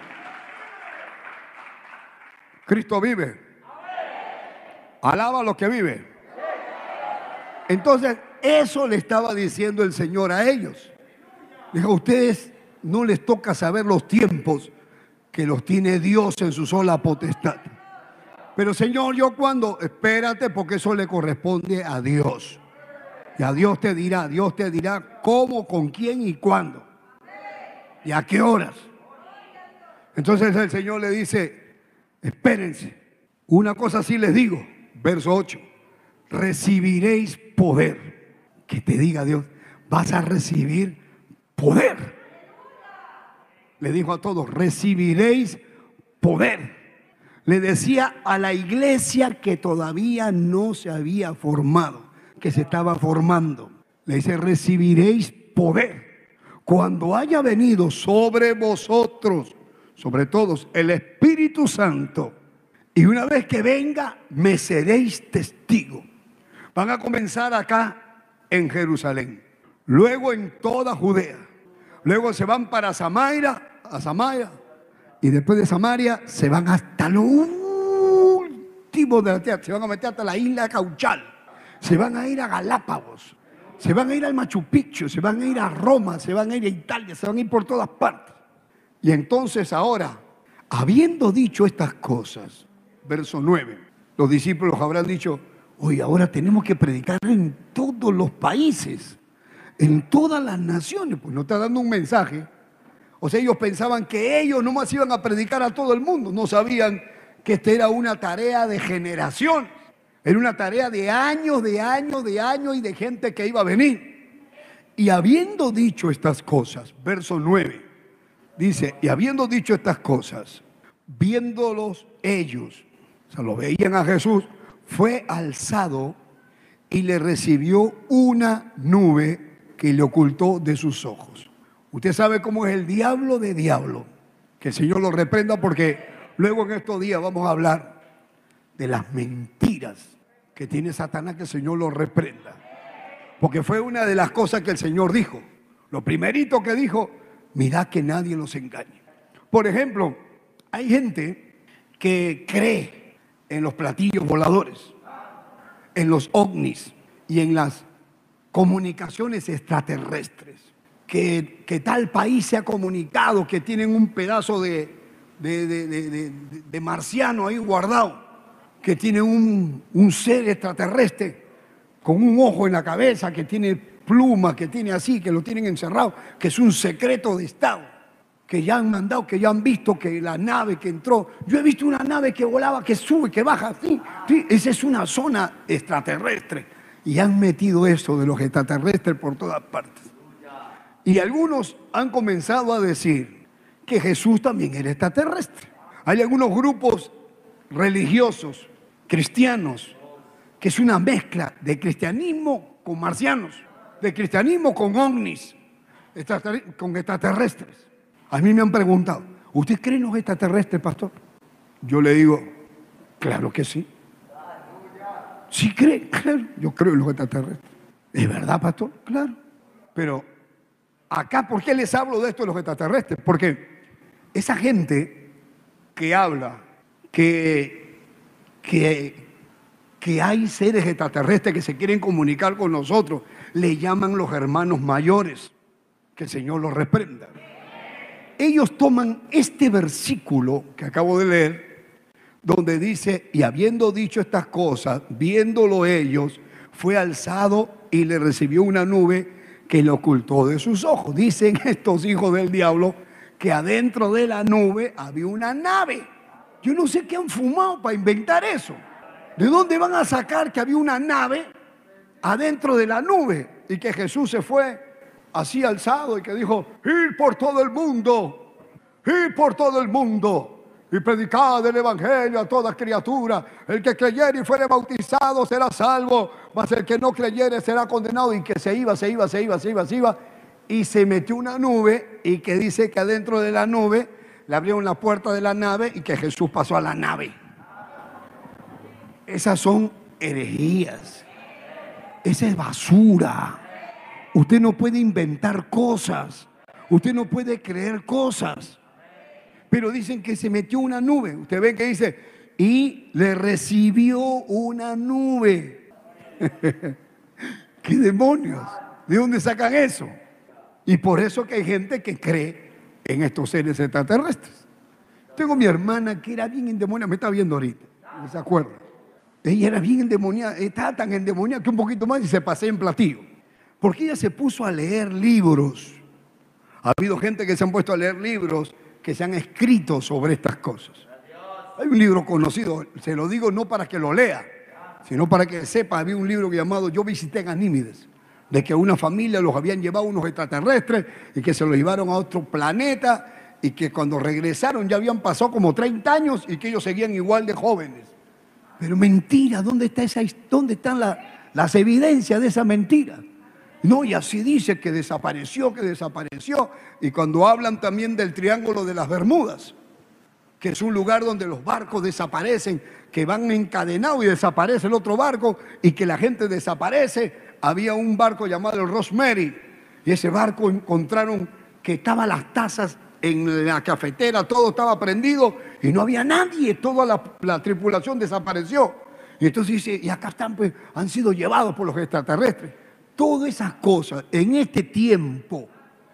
Cristo vive. Alaba lo que vive. Entonces, eso le estaba diciendo el Señor a ellos. Dijo, a ustedes no les toca saber los tiempos que los tiene Dios en su sola potestad. Pero Señor, ¿yo cuándo? Espérate, porque eso le corresponde a Dios. Y a Dios te dirá cómo, con quién y cuándo. Y a qué horas. Entonces el Señor le dice, espérense. Una cosa sí les digo, verso 8. Recibiréis poder. Que te diga Dios, vas a recibir poder. Le dijo a todos, recibiréis poder. Le decía a la iglesia que todavía no se había formado, que se estaba formando. Le dice, recibiréis poder cuando haya venido sobre vosotros, sobre todos, el Espíritu Santo. Y una vez que venga, me seréis testigo. Van a comenzar acá en Jerusalén, luego en toda Judea, luego se van para Samaria, Y después de Samaria se van hasta lo último de la tierra. Se van a meter hasta la isla Cauchal. Se van a ir a Galápagos. Se van a ir al Machu Picchu. Se van a ir a Roma. Se van a ir a Italia. Se van a ir por todas partes. Y entonces ahora, habiendo dicho estas cosas, verso 9, los discípulos habrán dicho: oye, ahora tenemos que predicar en todos los países, en todas las naciones. Pues no está dando un mensaje. O sea, ellos pensaban que ellos nomás iban a predicar a todo el mundo. No sabían que esta era una tarea de generación. Era una tarea de años y de gente que iba a venir. Y habiendo dicho estas cosas, verso 9, dice: y habiendo dicho estas cosas, viéndolos ellos, o sea, lo veían a Jesús, fue alzado y le recibió una nube que le ocultó de sus ojos. Usted sabe cómo es el diablo de diablo. Que el Señor lo reprenda, porque luego en estos días vamos a hablar de las mentiras que tiene Satanás, que el Señor lo reprenda. Porque fue una de las cosas que el Señor dijo. Lo primerito que dijo: mirad que nadie los engañe. Por ejemplo, hay gente que cree en los platillos voladores, en los ovnis y en las comunicaciones extraterrestres. Que tal país se ha comunicado, que tienen un pedazo de marciano ahí guardado, que tiene un ser extraterrestre con un ojo en la cabeza, que tiene plumas, que tiene así, que lo tienen encerrado, que es un secreto de Estado, que ya han mandado, que ya han visto que la nave que entró, yo he visto una nave que volaba, que sube, que baja, así, sí, esa es una zona extraterrestre, y han metido eso de los extraterrestres por todas partes. Y algunos han comenzado a decir que Jesús también era extraterrestre. Hay algunos grupos religiosos, cristianos, que es una mezcla de cristianismo con marcianos, de cristianismo con ovnis, con extraterrestres. A mí me han preguntado: ¿usted cree en los extraterrestres, pastor? Yo le digo: claro que sí. ¿Sí cree? Claro, yo creo en los extraterrestres. ¿Es verdad, pastor? Claro. Pero acá, ¿por qué les hablo de esto de los extraterrestres? Porque esa gente que habla que hay seres extraterrestres que se quieren comunicar con nosotros, le llaman los hermanos mayores. Que el Señor los reprenda. Ellos toman este versículo que acabo de leer, donde dice: y habiendo dicho estas cosas, viéndolo ellos, fue alzado y le recibió una nube que le ocultó de sus ojos. Dicen estos hijos del diablo que adentro de la nube había una nave. Yo no sé qué han fumado para inventar eso. ¿De dónde van a sacar que había una nave adentro de la nube? Y que Jesús se fue así alzado y que dijo: ir por todo el mundo, ir por todo el mundo y predicad el evangelio a toda criatura. El que creyere y fuere bautizado será salvo, mas el que no creyere será condenado. Y que se iba y se metió una nube, y que dice que adentro de la nube le abrieron la puerta de la nave y que Jesús pasó a la nave. Esas son herejías. Esa es basura. Usted no puede inventar cosas. Usted no puede creer cosas. Pero dicen que se metió una nube. Usted ve que dice: y le recibió una nube. ¿Qué demonios? ¿De dónde sacan eso? Y por eso que hay gente que cree en estos seres extraterrestres. Tengo mi hermana que era bien endemoniada, me está viendo ahorita, ¿no se acuerda? Ella era bien endemoniada, estaba tan endemoniada que un poquito más y se pasea en platillo. Porque ella se puso a leer libros. Ha habido gente que se han puesto a leer libros que se han escrito sobre estas cosas. Hay un libro conocido, se lo digo no para que lo lea, sino para que sepa. Había un libro llamado Yo visité Ganímedes, de que una familia los habían llevado unos extraterrestres y que se los llevaron a otro planeta, y que cuando regresaron ya habían pasado como 30 años y que ellos seguían igual de jóvenes. Pero mentira, ¿dónde están las evidencias de esa mentira? No, y así dice que desapareció. Y cuando hablan también del Triángulo de las Bermudas, que es un lugar donde los barcos desaparecen, que van encadenados y desaparece el otro barco, y que la gente desaparece. Había un barco llamado el Rosemary, y ese barco encontraron que estaban las tazas en la cafetera, todo estaba prendido y no había nadie, toda la tripulación desapareció. Y entonces dice, y acá están, pues, han sido llevados por los extraterrestres. Todas esas cosas, en este tiempo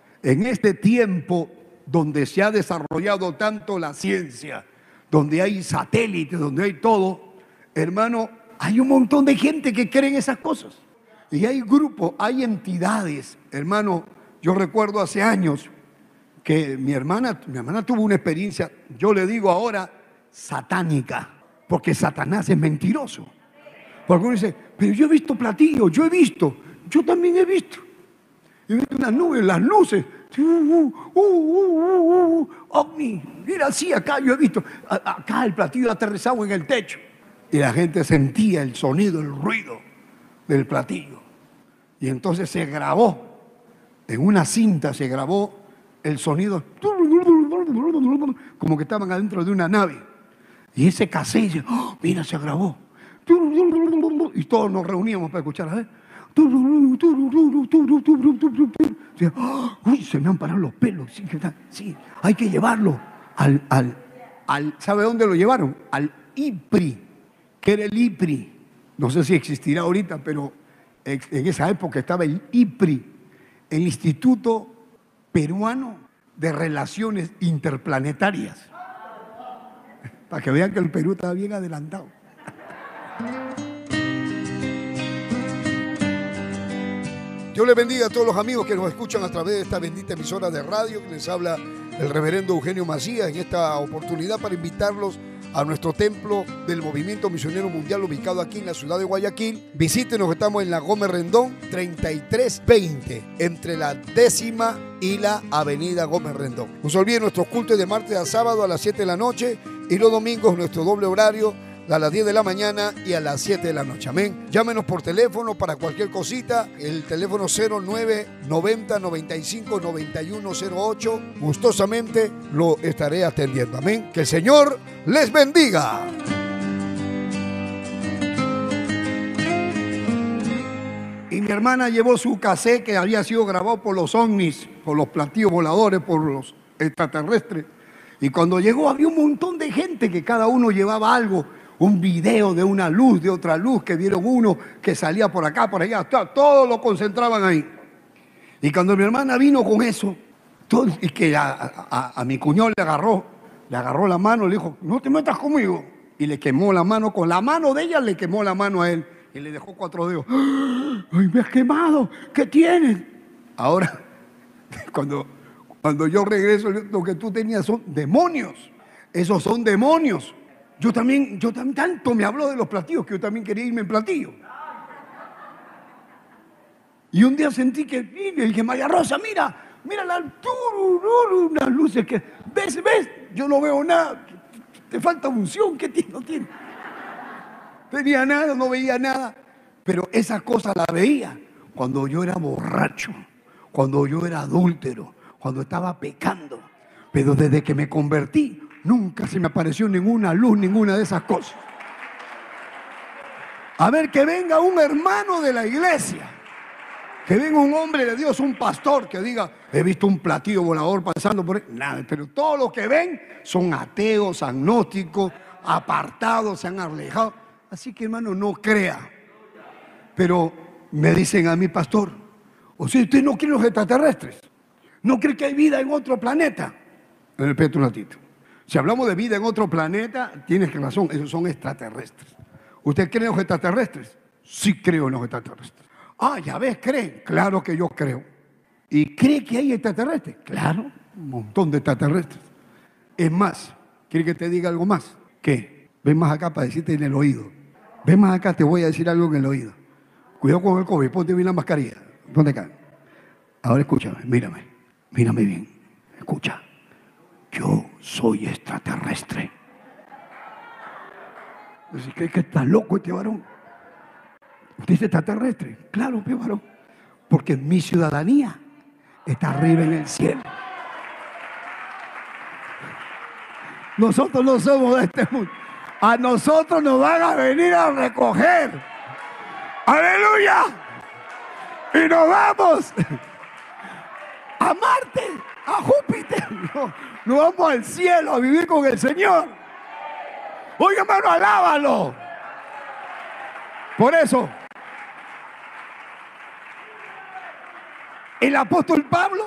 donde se ha desarrollado tanto la ciencia, donde hay satélites, donde hay todo, hermano, hay un montón de gente que cree en esas cosas. Y hay grupos, hay entidades, hermano. Yo recuerdo hace años que mi hermana tuvo una experiencia, yo le digo ahora, satánica, porque Satanás es mentiroso. Porque uno dice, pero yo he visto platillos, yo también he visto. He visto unas nubes, las luces, ovni, mira, así acá yo he visto, acá el platillo aterrizado en el techo. Y la gente sentía el sonido, el ruido del platillo. Y entonces se grabó, en una cinta se grabó el sonido, como que estaban adentro de una nave. Y ese cassette dice, oh, mira, se grabó. Y todos nos reuníamos para escuchar, a ver. Uy, se me han parado los pelos. Sí, hay que llevarlo ¿sabe dónde lo llevaron? Al IPRI. ¿Qué era el IPRI? No sé si existirá ahorita, pero en esa época estaba el IPRI, el Instituto Peruano de Relaciones Interplanetarias. Para que vean que el Perú está bien adelantado. Dios les bendiga a todos los amigos que nos escuchan a través de esta bendita emisora de radio. Les habla el reverendo Eugenio Macías en esta oportunidad para invitarlos a nuestro templo del Movimiento Misionero Mundial ubicado aquí en la ciudad de Guayaquil. Visítenos, estamos en la Gómez Rendón 3320, entre la 10ª y la avenida Gómez Rendón. No se olviden, nuestros cultos de martes a sábado a las 7 de la noche y los domingos nuestro doble horario a las 10 de la mañana y a las 7 de la noche. Amén. Llámenos por teléfono para cualquier cosita. El teléfono 0990 95 9108. Gustosamente lo estaré atendiendo. Amén. Que el Señor les bendiga. Y mi hermana llevó su cassette que había sido grabado por los ovnis, por los platillos voladores, por los extraterrestres. Y cuando llegó había un montón de gente que cada uno llevaba algo. Un video de una luz, de otra luz, que vieron uno que salía por acá, por allá, todo lo concentraban ahí. Y cuando mi hermana vino con eso, y que a mi cuñado le agarró la mano, le dijo, no te metas conmigo. Y le quemó la mano, con la mano de ella le quemó la mano a él. Y le dejó 4 dedos. ¡Ay, me has quemado! ¿Qué tienes? Ahora, cuando yo regreso, lo que tú tenías son demonios. Esos son demonios. Yo también tanto me habló de los platillos que yo también quería irme en platillo. Y un día sentí que, le dije, María Rosa, mira unas luces que, ¿ves? Yo no veo nada, te falta unción, ¿qué tiene? No tiene. Tenía nada, no veía nada, pero esa cosa la veía cuando yo era borracho, cuando yo era adúltero, cuando estaba pecando. Pero desde que me convertí, nunca se me apareció ninguna luz, ninguna de esas cosas. A ver, que venga un hermano de la iglesia, que venga un hombre de Dios, un pastor, que diga, he visto un platillo volador pasando por ahí. Nada, pero todos los que ven son ateos, agnósticos, apartados, se han alejado. Así que, hermano, no crea. Pero me dicen a mi pastor, o sea, ¿usted no cree en los extraterrestres? ¿No cree que hay vida en otro planeta? Me repito un ratito. Si hablamos de vida en otro planeta, tienes razón, esos son extraterrestres. ¿Usted cree en los extraterrestres? Sí creo en los extraterrestres. Ah, ya ves, cree. Claro que yo creo. ¿Y cree que hay extraterrestres? Claro, un montón de extraterrestres. Es más, ¿quiere que te diga algo más? ¿Qué? Ven más acá para decirte en el oído. Ven más acá, te voy a decir algo en el oído. Cuidado con el COVID, ponte bien la mascarilla. Ponte acá. Ahora escúchame, mírame bien. Escucha. Yo soy extraterrestre. ¿Crees que está loco este varón? ¿Usted es extraterrestre? Claro, pe varón. Porque mi ciudadanía está arriba en el cielo. Nosotros no somos de este mundo. A nosotros nos van a venir a recoger. ¡Aleluya! Y nos vamos. a Marte, a Júpiter. No, no vamos al cielo a vivir con el Señor. Oiga, hermano, alábalo. Por eso, el apóstol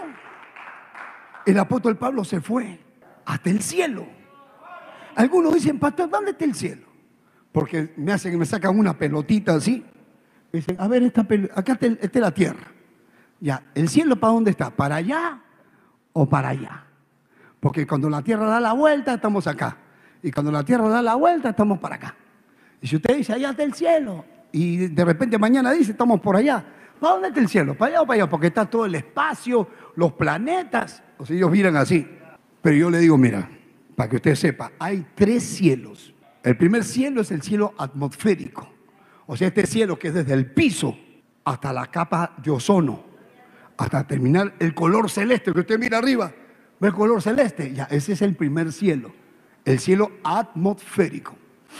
Pablo se fue hasta el cielo. Algunos dicen, pastor, ¿dónde está el cielo? Porque me sacan una pelotita así. Dicen, a ver, acá está la tierra. Ya, ¿el cielo para dónde está? ¿Para allá o para allá? Porque cuando la tierra da la vuelta, estamos acá. Y cuando la tierra da la vuelta, estamos para acá. Y si usted dice, allá está el cielo, y de repente mañana dice, estamos por allá. ¿Para dónde está el cielo? ¿Para allá o para allá? Porque está todo el espacio, los planetas. O sea, ellos miran así. Pero yo le digo, mira, para que usted sepa, hay 3 cielos. El primer cielo es el cielo atmosférico. O sea, este cielo que es desde el piso hasta la capa de ozono, hasta terminar el color celeste que usted mira arriba. ¿Ve el color celeste? Ya, ese es el primer cielo. El cielo atmosférico.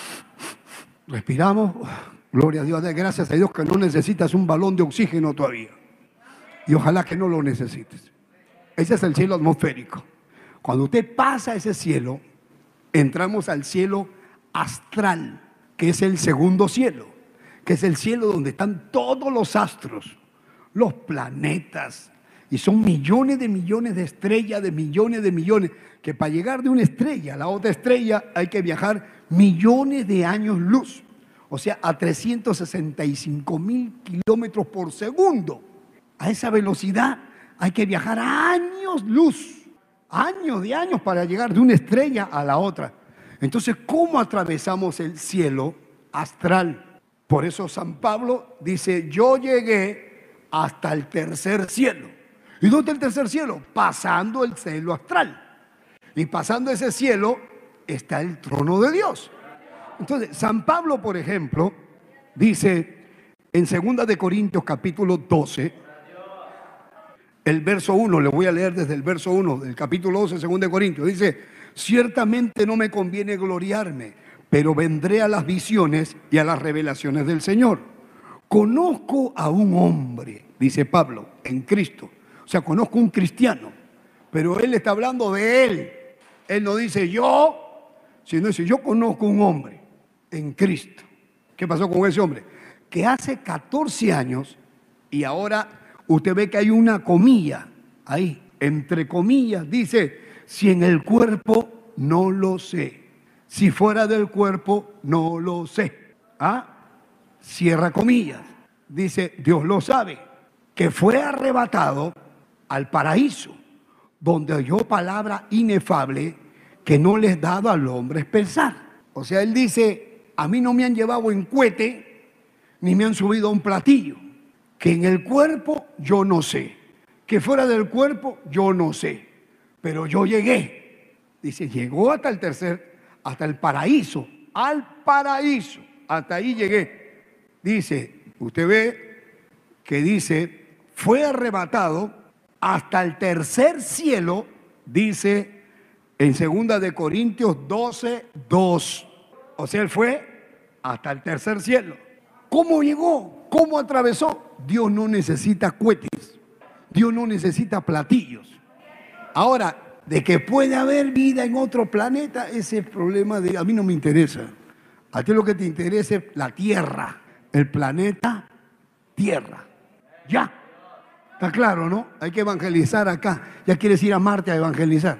Respiramos. Gloria a Dios, gracias a Dios que no necesitas un balón de oxígeno todavía. Y ojalá que no lo necesites. Ese es el cielo atmosférico. Cuando usted pasa ese cielo, entramos al cielo astral, que es el segundo cielo, que es el cielo donde están todos los astros, los planetas, y son millones de estrellas, de millones, que para llegar de una estrella a la otra estrella hay que viajar millones de años luz. O sea, a 365.000 kilómetros por segundo. A esa velocidad hay que viajar años luz, años de años para llegar de una estrella a la otra. Entonces, ¿cómo atravesamos el cielo astral? Por eso San Pablo dice, yo llegué hasta el tercer cielo. ¿Y dónde está el tercer cielo? Pasando el cielo astral. Y pasando ese cielo está el trono de Dios. Entonces, San Pablo, por ejemplo, dice en 2 de Corintios capítulo 12, el verso 1, le voy a leer desde el verso 1 del capítulo 12, 2 de Corintios, dice, ciertamente no me conviene gloriarme, pero vendré a las visiones y a las revelaciones del Señor. Conozco a un hombre, dice Pablo, en Cristo. O sea, conozco un cristiano, pero él está hablando de él. Él no dice yo, sino dice yo conozco un hombre en Cristo. ¿Qué pasó con ese hombre? Que hace 14 años, y ahora usted ve que hay una comilla ahí, entre comillas, dice, si en el cuerpo no lo sé, si fuera del cuerpo no lo sé. Cierra comillas. Dice, Dios lo sabe, que fue arrebatado al paraíso, donde oyó palabra inefable que no les dado al hombre expresar. O sea, él dice, a mí no me han llevado en cohete, ni me han subido a un platillo. Que en el cuerpo yo no sé, que fuera del cuerpo yo no sé, pero yo llegué. Dice, llegó hasta el paraíso, al paraíso, hasta ahí llegué. Dice, usted ve que dice, fue arrebatado hasta el tercer cielo, dice en 2 de Corintios 12, 2. O sea, él fue hasta el tercer cielo. ¿Cómo llegó? ¿Cómo atravesó? Dios no necesita cohetes. Dios no necesita platillos. Ahora, de que puede haber vida en otro planeta, ese problema a mí no me interesa. A ti lo que te interesa es la Tierra, el planeta Tierra. Ya. Está claro, ¿no? Hay que evangelizar acá. Ya quieres ir a Marte a evangelizar.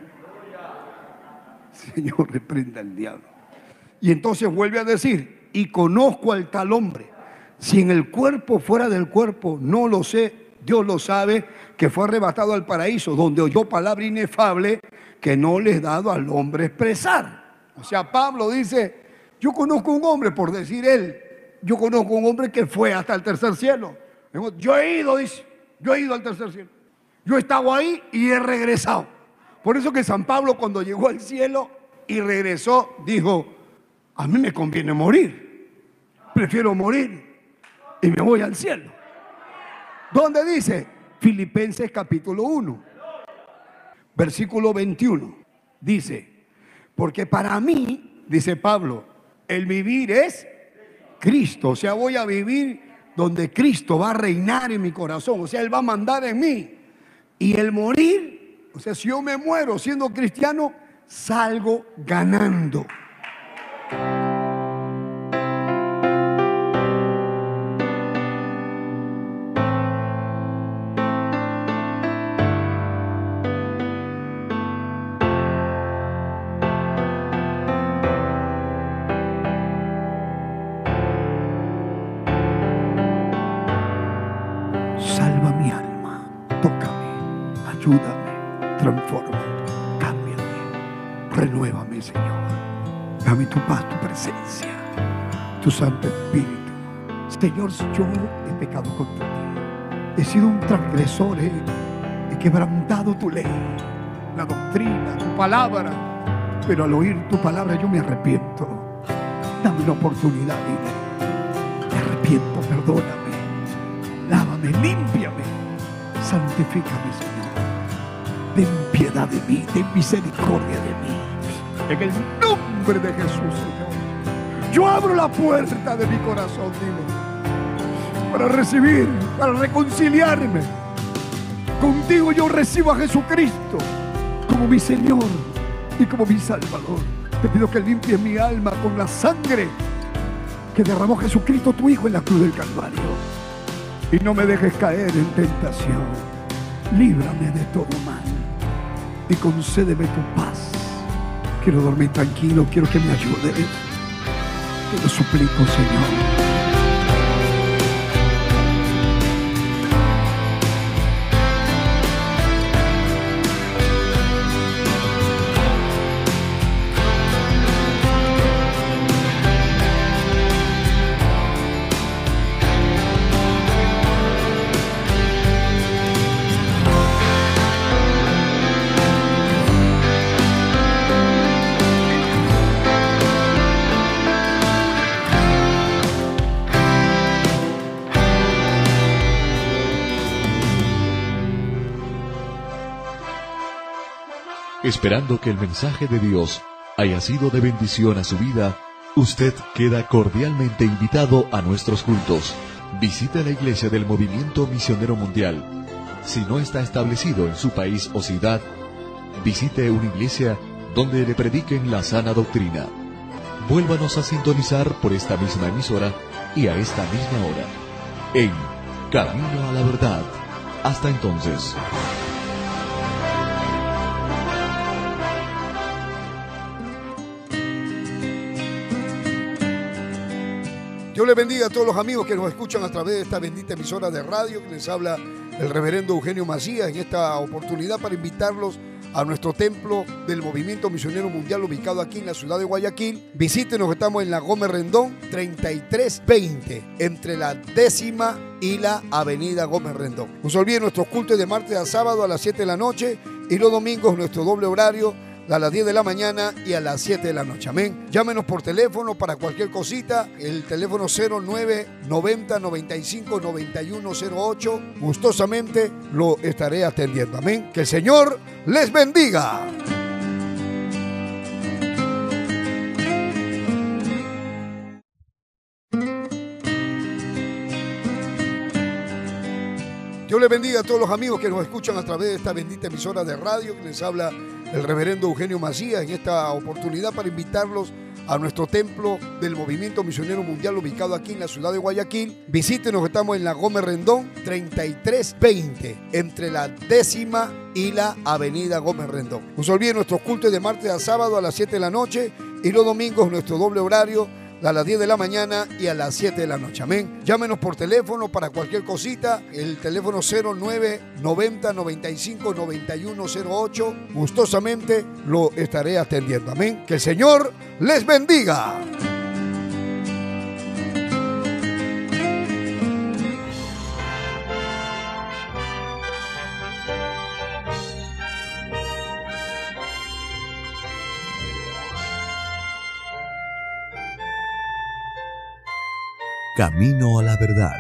Señor, reprenda al diablo. Y entonces vuelve a decir, y conozco al tal hombre. Si en el cuerpo, fuera del cuerpo, no lo sé, Dios lo sabe, que fue arrebatado al paraíso, donde oyó palabra inefable que no les dado al hombre expresar. O sea, Pablo dice, yo conozco un hombre, por decir él, yo conozco un hombre que fue hasta el tercer cielo. Yo he ido, dice, yo he ido al tercer cielo. Yo he estado ahí y he regresado. Por eso que San Pablo, cuando llegó al cielo y regresó, dijo, a mí me conviene morir. Prefiero morir y me voy al cielo. ¿Dónde dice? Filipenses capítulo 1, versículo 21. Dice, porque para mí, dice Pablo, el vivir es Cristo. O sea, voy a vivir donde Cristo va a reinar en mi corazón. O sea, Él va a mandar en mí. Y el morir, o sea, si yo me muero siendo cristiano, salgo ganando. Salva mi alma, tócame, ayúdame, transfórmame, cámbiame, renuévame, Señor. Dame tu paz, tu presencia, tu Santo Espíritu. Señor, si yo he pecado contra ti, he sido un transgresor, he quebrantado tu ley, la doctrina, tu palabra, pero al oír tu palabra yo me arrepiento. Dame una oportunidad, me arrepiento, perdóname. Lávame, límpiame, santifícame, Señor. Ten piedad de mí, ten misericordia de mí. En el nombre de Jesús, Señor. Yo abro la puerta de mi corazón, digo, para recibir, para reconciliarme. Contigo yo recibo a Jesucristo como mi Señor y como mi Salvador. Te pido que limpies mi alma con la sangre que derramó Jesucristo, tu Hijo, en la cruz del Calvario. Y no me dejes caer en tentación. Líbrame de todo mal y concédeme tu paz. Quiero dormir tranquilo, quiero que me ayudes. Te lo suplico, Señor. Esperando que el mensaje de Dios haya sido de bendición a su vida, usted queda cordialmente invitado a nuestros cultos. Visite la iglesia del Movimiento Misionero Mundial. Si no está establecido en su país o ciudad, visite una iglesia donde le prediquen la sana doctrina. Vuélvanos a sintonizar por esta misma emisora y a esta misma hora, en Camino a la Verdad. Hasta entonces. Dios les bendiga a todos los amigos que nos escuchan a través de esta bendita emisora de radio. Les habla el reverendo Eugenio Macías en esta oportunidad para invitarlos a nuestro templo del Movimiento Misionero Mundial ubicado aquí en la ciudad de Guayaquil. Visítenos, estamos en la Gómez Rendón 3320, entre la 10ª y la avenida Gómez Rendón. No se olviden, nuestros cultos de martes a sábado a las 7 de la noche y los domingos nuestro doble horario a las 10 de la mañana y a las 7 de la noche. Amén. Llámenos por teléfono para cualquier cosita. El teléfono 0990 95 9108. Gustosamente lo estaré atendiendo. Amén. Que el Señor les bendiga. Dios les bendiga a todos los amigos que nos escuchan a través de esta bendita emisora de radio. Les habla el reverendo Eugenio Macías en esta oportunidad para invitarlos a nuestro templo del Movimiento Misionero Mundial ubicado aquí en la ciudad de Guayaquil. Visítenos, estamos en la Gómez Rendón 3320, entre la 10ª y la avenida Gómez Rendón. No se olviden, nuestros cultos de martes a sábado a las 7 de la noche y los domingos nuestro doble horario a las 10 de la mañana y a las 7 de la noche. Amén. Llámenos por teléfono para cualquier cosita. El teléfono 0990 95 9108. Gustosamente lo estaré atendiendo. Amén. Que el Señor les bendiga. Camino a la Verdad.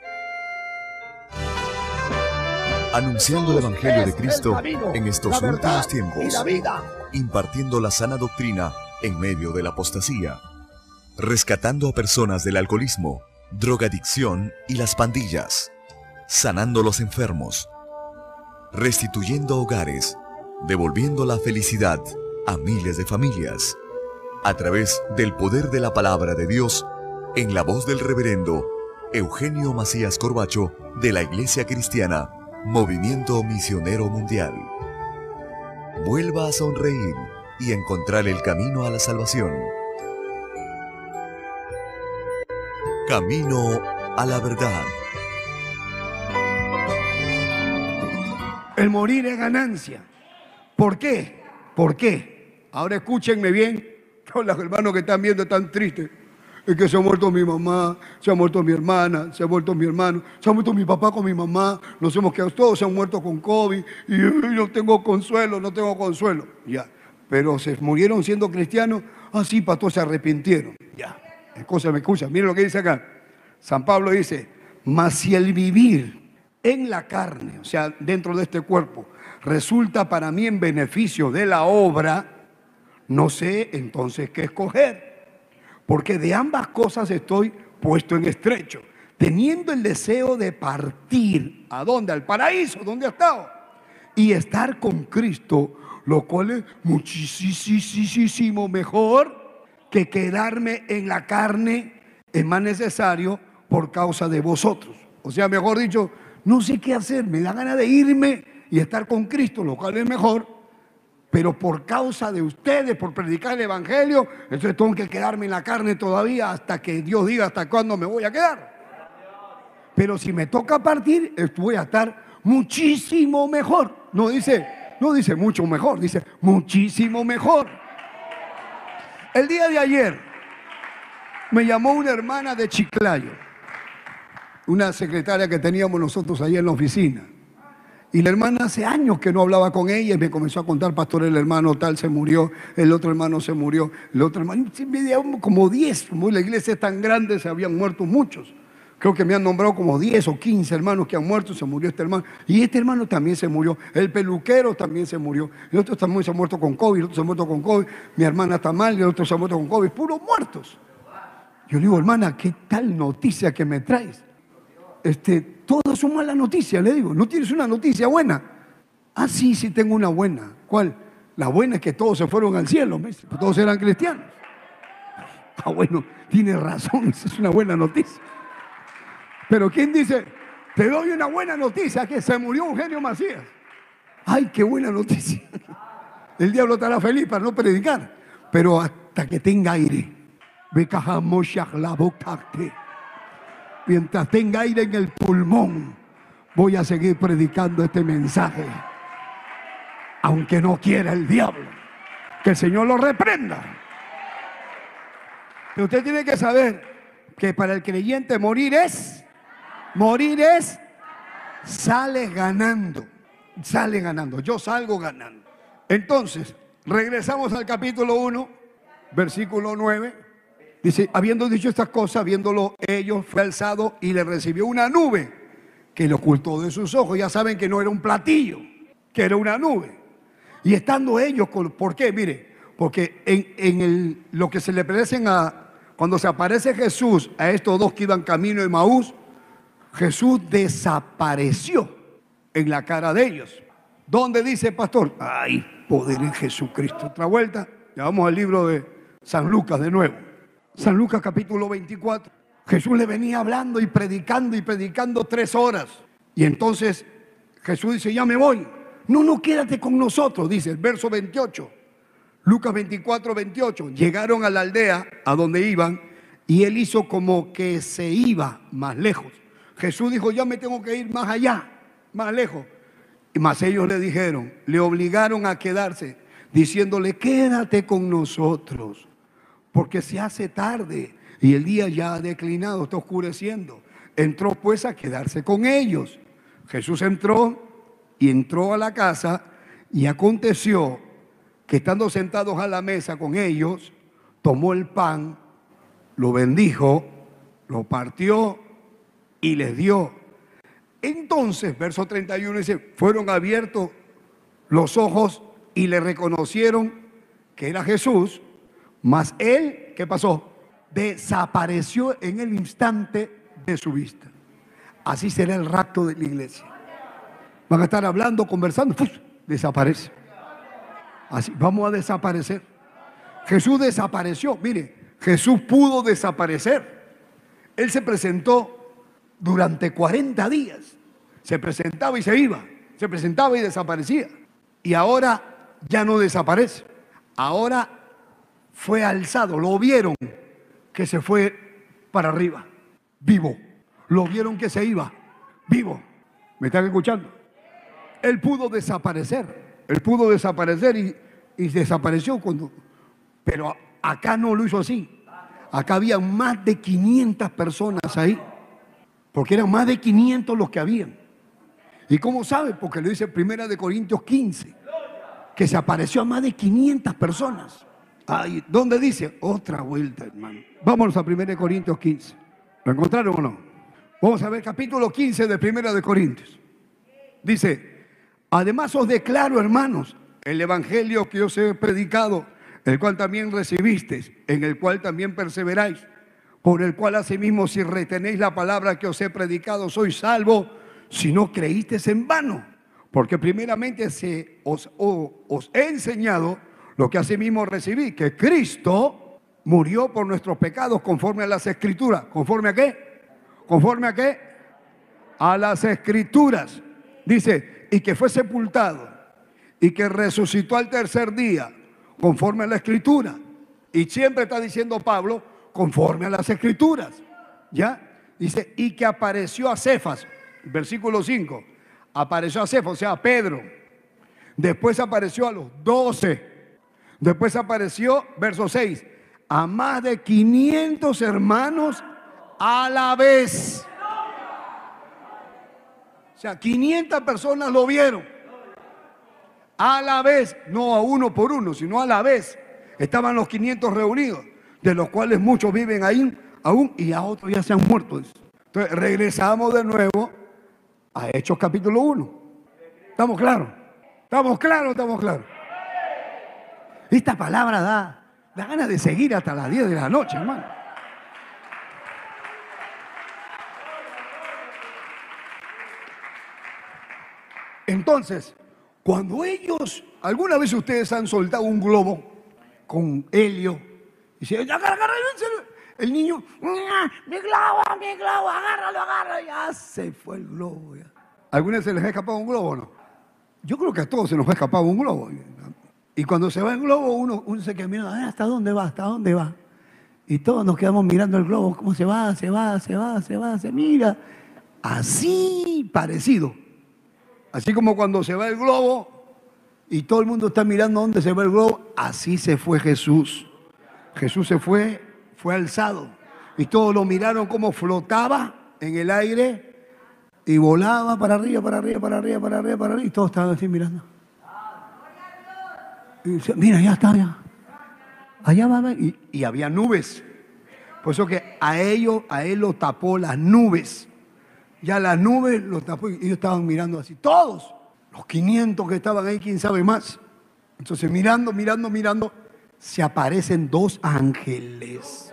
Anunciando el Evangelio de Cristo en estos últimos tiempos, impartiendo la sana doctrina en medio de la apostasía, rescatando a personas del alcoholismo, drogadicción y las pandillas, sanando a los enfermos, restituyendo hogares, devolviendo la felicidad a miles de familias, a través del poder de la palabra de Dios, en la voz del reverendo Eugenio Macías Corbacho, de la Iglesia Cristiana Movimiento Misionero Mundial. Vuelva a sonreír y encontrar el camino a la salvación. Camino a la verdad. El morir es ganancia. ¿Por qué? ¿Por qué? Ahora escúchenme bien. Todos los hermanos que están viendo están tristes. Es que se ha muerto mi mamá, se ha muerto mi hermana, se ha muerto mi hermano, se ha muerto mi papá con mi mamá, nos hemos quedado, todos se han muerto con COVID y no tengo consuelo, no tengo consuelo. Ya, pero se murieron siendo cristianos, sí, pastor, se arrepintieron. Ya, me escucha, miren lo que dice acá. San Pablo dice, mas si el vivir en la carne, o sea, dentro de este cuerpo, resulta para mí en beneficio de la obra, no sé entonces qué escoger. Porque de ambas cosas estoy puesto en estrecho, teniendo el deseo de partir. ¿A dónde? Al paraíso, donde ha estado. Y estar con Cristo, lo cual es muchísimo mejor que quedarme en la carne. Es más necesario por causa de vosotros. O sea, mejor dicho, no sé qué hacer, me da ganas de irme y estar con Cristo, lo cual es mejor. Pero por causa de ustedes, por predicar el evangelio, entonces tengo que quedarme en la carne todavía hasta que Dios diga hasta cuándo me voy a quedar. Pero si me toca partir, voy a estar muchísimo mejor. No dice mucho mejor, dice muchísimo mejor. El día de ayer me llamó una hermana de Chiclayo, una secretaria que teníamos nosotros ahí en la oficina. Y la hermana hace años que no hablaba con ella y me comenzó a contar, pastor, el hermano tal se murió, el otro hermano se murió, el otro hermano, como 10, como la iglesia es tan grande, se habían muerto muchos. Creo que me han nombrado como 10 o 15 hermanos que han muerto, se murió este hermano. Y este hermano también se murió, el peluquero también se murió, el otro también se ha muerto con COVID, el otro se ha muerto con COVID, mi hermana está mal, el otro se ha muerto con COVID, puros muertos. Yo le digo, hermana, ¿qué tal noticia que me traes? Todas son malas noticias, le digo. ¿No tienes una noticia buena? Sí, sí tengo una buena. ¿Cuál? La buena es que todos se fueron al cielo, ¿ves? Todos eran cristianos. Bueno, tiene razón, esa es una buena noticia. Pero ¿quién dice? Te doy una buena noticia, que se murió Eugenio Macías. ¡Ay, qué buena noticia! El diablo estará feliz para no predicar, pero hasta que tenga aire. Mientras tenga aire en el pulmón, voy a seguir predicando este mensaje. Aunque no quiera el diablo. Que el Señor lo reprenda. Pero usted tiene que saber que para el creyente morir es, sale ganando. Sale ganando. Yo salgo ganando. Entonces, regresamos al capítulo 1, versículo 9. Dice, habiendo dicho estas cosas, viéndolo ellos, fue alzado y le recibió una nube que le ocultó de sus ojos. Ya saben que no era un platillo, que era una nube. Y estando ellos, ¿por qué? Mire, porque en lo que se le parecen cuando se aparece Jesús a estos dos que iban camino de Emaús, Jesús desapareció en la cara de ellos. ¿Dónde dice, pastor? ¡Ay, poder en Jesucristo! Otra vuelta, ya vamos al libro de San Lucas de nuevo. San Lucas capítulo 24. Jesús le venía hablando y predicando 3 horas. Y entonces Jesús dice, ya me voy. No, quédate con nosotros, dice el verso 28. Lucas 24, 28. Llegaron a la aldea a donde iban y él hizo como que se iba más lejos. Jesús dijo, ya me tengo que ir más allá, más lejos. Y más ellos le obligaron a quedarse, diciéndole, quédate con nosotros, porque se hace tarde y el día ya ha declinado, está oscureciendo. Entró pues a quedarse con ellos. Jesús entró a la casa y aconteció que estando sentados a la mesa con ellos, tomó el pan, lo bendijo, lo partió y les dio. Entonces, verso 31 dice, fueron abiertos los ojos y le reconocieron que era Jesús. Mas él, ¿qué pasó? Desapareció en el instante de su vista. Así será el rapto de la iglesia. Van a estar hablando, conversando, ¡fuf! Desaparece. Así, vamos a desaparecer. Jesús desapareció. Mire, Jesús pudo desaparecer. Él se presentó durante 40 días. Se presentaba y se iba. Se presentaba y desaparecía. Y ahora ya no desaparece. Ahora fue alzado. Lo vieron que se fue para arriba, vivo. Lo vieron que se iba, vivo. ¿Me están escuchando? Él pudo desaparecer. Él pudo desaparecer y desapareció cuando... Pero acá no lo hizo así. Acá había más de 500 personas ahí. Porque eran más de 500 los que habían. ¿Y cómo sabe? Porque lo dice 1 Corintios 15. Que se apareció a más de 500 personas. Ay, ¿dónde dice? Otra vuelta, hermano. Vámonos a 1 Corintios 15. ¿Lo encontraron o no? Vamos a ver capítulo 15 de 1 Corintios. Dice, además os declaro, hermanos, el evangelio que os he predicado, el cual también recibisteis, en el cual también perseveráis, por el cual asimismo si retenéis la palabra que os he predicado, sois salvos, si no creísteis en vano. Porque primeramente os he enseñado lo que asimismo recibí, que Cristo murió por nuestros pecados conforme a las Escrituras. ¿Conforme a qué? ¿Conforme a qué? A las Escrituras. Dice, y que fue sepultado y que resucitó al tercer día, conforme a la Escritura. Y siempre está diciendo Pablo, conforme a las Escrituras. ¿Ya? Dice, y que apareció a Cefas, versículo 5. Apareció a Cefas, o sea, a Pedro. Después apareció a los 12. Después apareció, verso 6, a más de 500 hermanos a la vez. O sea, 500 personas lo vieron. A la vez, no a uno por uno, sino a la vez. Estaban los 500 reunidos, de los cuales muchos viven ahí aún y a otros ya se han muerto. Entonces regresamos de nuevo a Hechos capítulo 1. ¿Estamos claros? ¿Estamos claros? ¿Estamos claros? Esta palabra da ganas de seguir hasta las 10 de la noche, hermano. Entonces, cuando ellos, alguna vez ustedes han soltado un globo con helio y dicen, agarra, el niño, mi globo, agárralo, ya se fue el globo. Ya. ¿Alguna vez se les ha escapado un globo o no? Yo creo que a todos se nos ha escapado un globo. Y cuando se va el globo, uno se queda mirando, ¿hasta dónde va? ¿Hasta dónde va? Y todos nos quedamos mirando el globo, cómo se va, se mira. Así parecido. Así como cuando se va el globo y todo el mundo está mirando dónde se va el globo, así se fue Jesús. Jesús se fue alzado. Y todos lo miraron cómo flotaba en el aire y volaba para arriba. Y todos estaban así mirando. Y dice, mira, ya está, ya. Allá va a ver. Y había nubes. Por eso que a él lo tapó las nubes. Ya las nubes lo tapó y ellos estaban mirando así. Todos. Los 500 que estaban ahí, quién sabe más. Entonces mirando, se aparecen dos ángeles.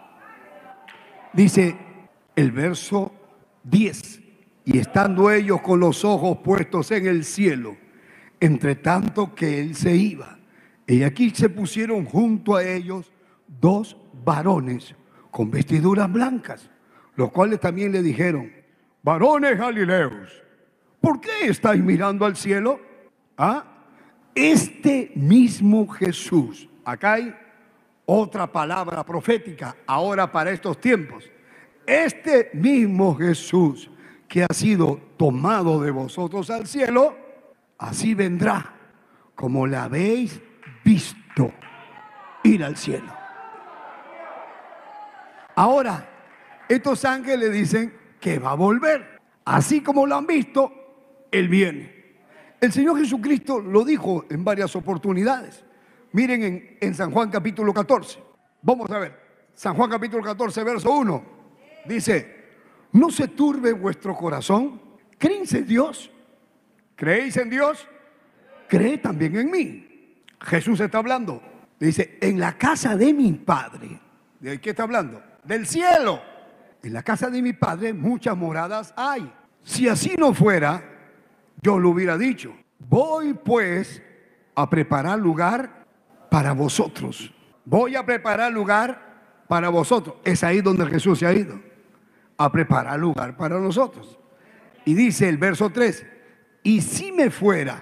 Dice el verso 10. Y estando ellos con los ojos puestos en el cielo, entre tanto que él se iba. Y aquí se pusieron junto a ellos dos varones con vestiduras blancas, los cuales también le dijeron, varones galileos, ¿por qué estáis mirando al cielo? ¿Ah? Este mismo Jesús, acá hay otra palabra profética ahora para estos tiempos. Este mismo Jesús que ha sido tomado de vosotros al cielo, así vendrá como la habéis visto ir al cielo. Ahora, estos ángeles dicen que va a volver. Así como lo han visto, Él viene. El Señor Jesucristo lo dijo en varias oportunidades. Miren en San Juan capítulo 14. Vamos a ver. San Juan capítulo 14, verso 1. Dice, no se turbe vuestro corazón. ¿Creéis en Dios? ¿Creéis en Dios? Cree también en mí. Jesús está hablando. Dice, en la casa de mi Padre. ¿De qué está hablando? Del cielo. En la casa de mi Padre muchas moradas hay. Si así no fuera, yo lo hubiera dicho. Voy pues a preparar lugar para vosotros. Voy a preparar lugar para vosotros. Es ahí donde Jesús se ha ido, a preparar lugar para nosotros. Y dice el verso 13, y si me fuere,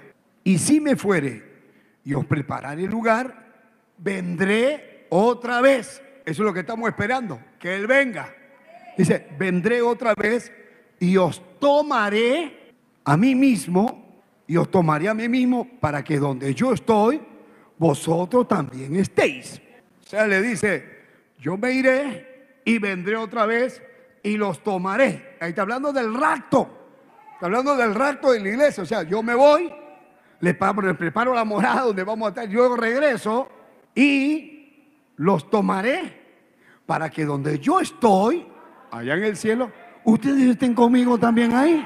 y os prepararé lugar, vendré otra vez. Eso es lo que estamos esperando, que Él venga. Dice, vendré otra vez y os tomaré a mí mismo, para que donde yo estoy, vosotros también estéis. O sea, le dice, yo me iré y vendré otra vez y los tomaré. Ahí está hablando del rapto. Está hablando del rapto de la iglesia. O sea, yo me voy, les preparo la morada donde vamos a estar, yo regreso y los tomaré para que donde yo estoy, allá en el cielo, ustedes estén conmigo también ahí.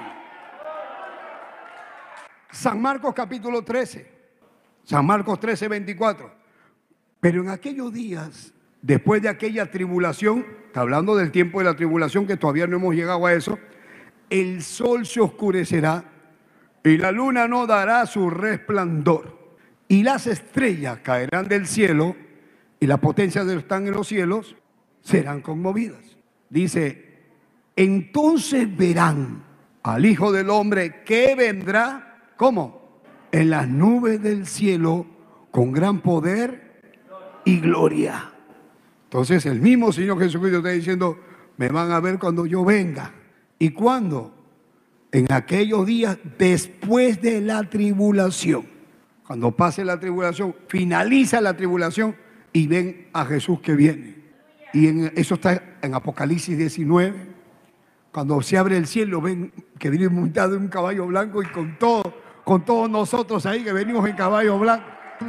San Marcos capítulo 13. San Marcos 13, 24. Pero en aquellos días, después de aquella tribulación, está hablando del tiempo de la tribulación, que todavía no hemos llegado a eso, el sol se oscurecerá y la luna no dará su resplandor y las estrellas caerán del cielo y las potencias que están en los cielos serán conmovidas. Dice, entonces verán al Hijo del Hombre que vendrá, ¿cómo? En las nubes del cielo con gran poder y gloria. Entonces el mismo Señor Jesucristo está diciendo, me van a ver cuando yo venga. ¿Y cuándo? En aquellos días después de la tribulación. Cuando pase la tribulación, finaliza la tribulación y ven a Jesús que viene. Y eso está en Apocalipsis 19. Cuando se abre el cielo, ven que viene montado en un caballo blanco y con todos nosotros ahí que venimos en caballo blanco.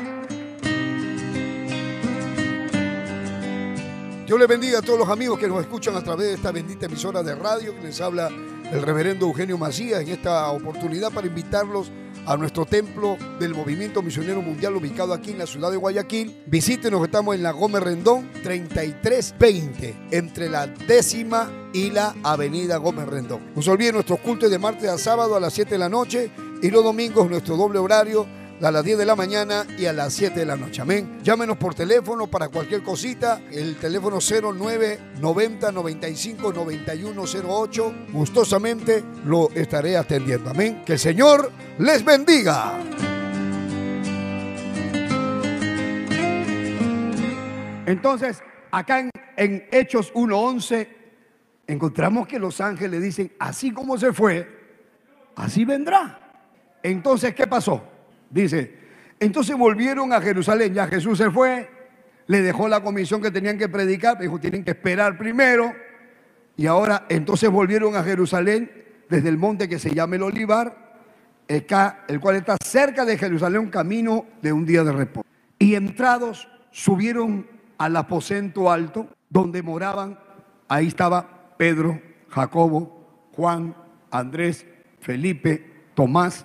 Dios les bendiga a todos los amigos que nos escuchan a través de esta bendita emisora de radio. Que les habla el reverendo Eugenio Macías en esta oportunidad para invitarlos a nuestro templo del Movimiento Misionero Mundial ubicado aquí en la ciudad de Guayaquil. Visítenos, estamos en la Gómez Rendón 3320 entre la 10ª y la avenida Gómez Rendón. No se olviden, nuestros cultos de martes a sábado a las 7 de la noche y los domingos nuestro doble horario a las 10 de la mañana y a las 7 de la noche. Amén. Llámenos por teléfono para cualquier cosita. El teléfono 0990 95 9108. Gustosamente lo estaré atendiendo. Amén. Que el Señor les bendiga. Entonces, acá en Hechos 1:11 encontramos que los ángeles dicen, así como se fue, así vendrá. Entonces, ¿qué pasó? Dice, entonces volvieron a Jerusalén. Ya Jesús se fue, le dejó la comisión que tenían que predicar, dijo, tienen que esperar primero. Y ahora, entonces volvieron a Jerusalén desde el monte que se llama el Olivar, el cual está cerca de Jerusalén, un camino de un día de reposo. Y entrados, subieron al aposento alto, donde moraban, ahí estaba Pedro, Jacobo, Juan, Andrés, Felipe, Tomás,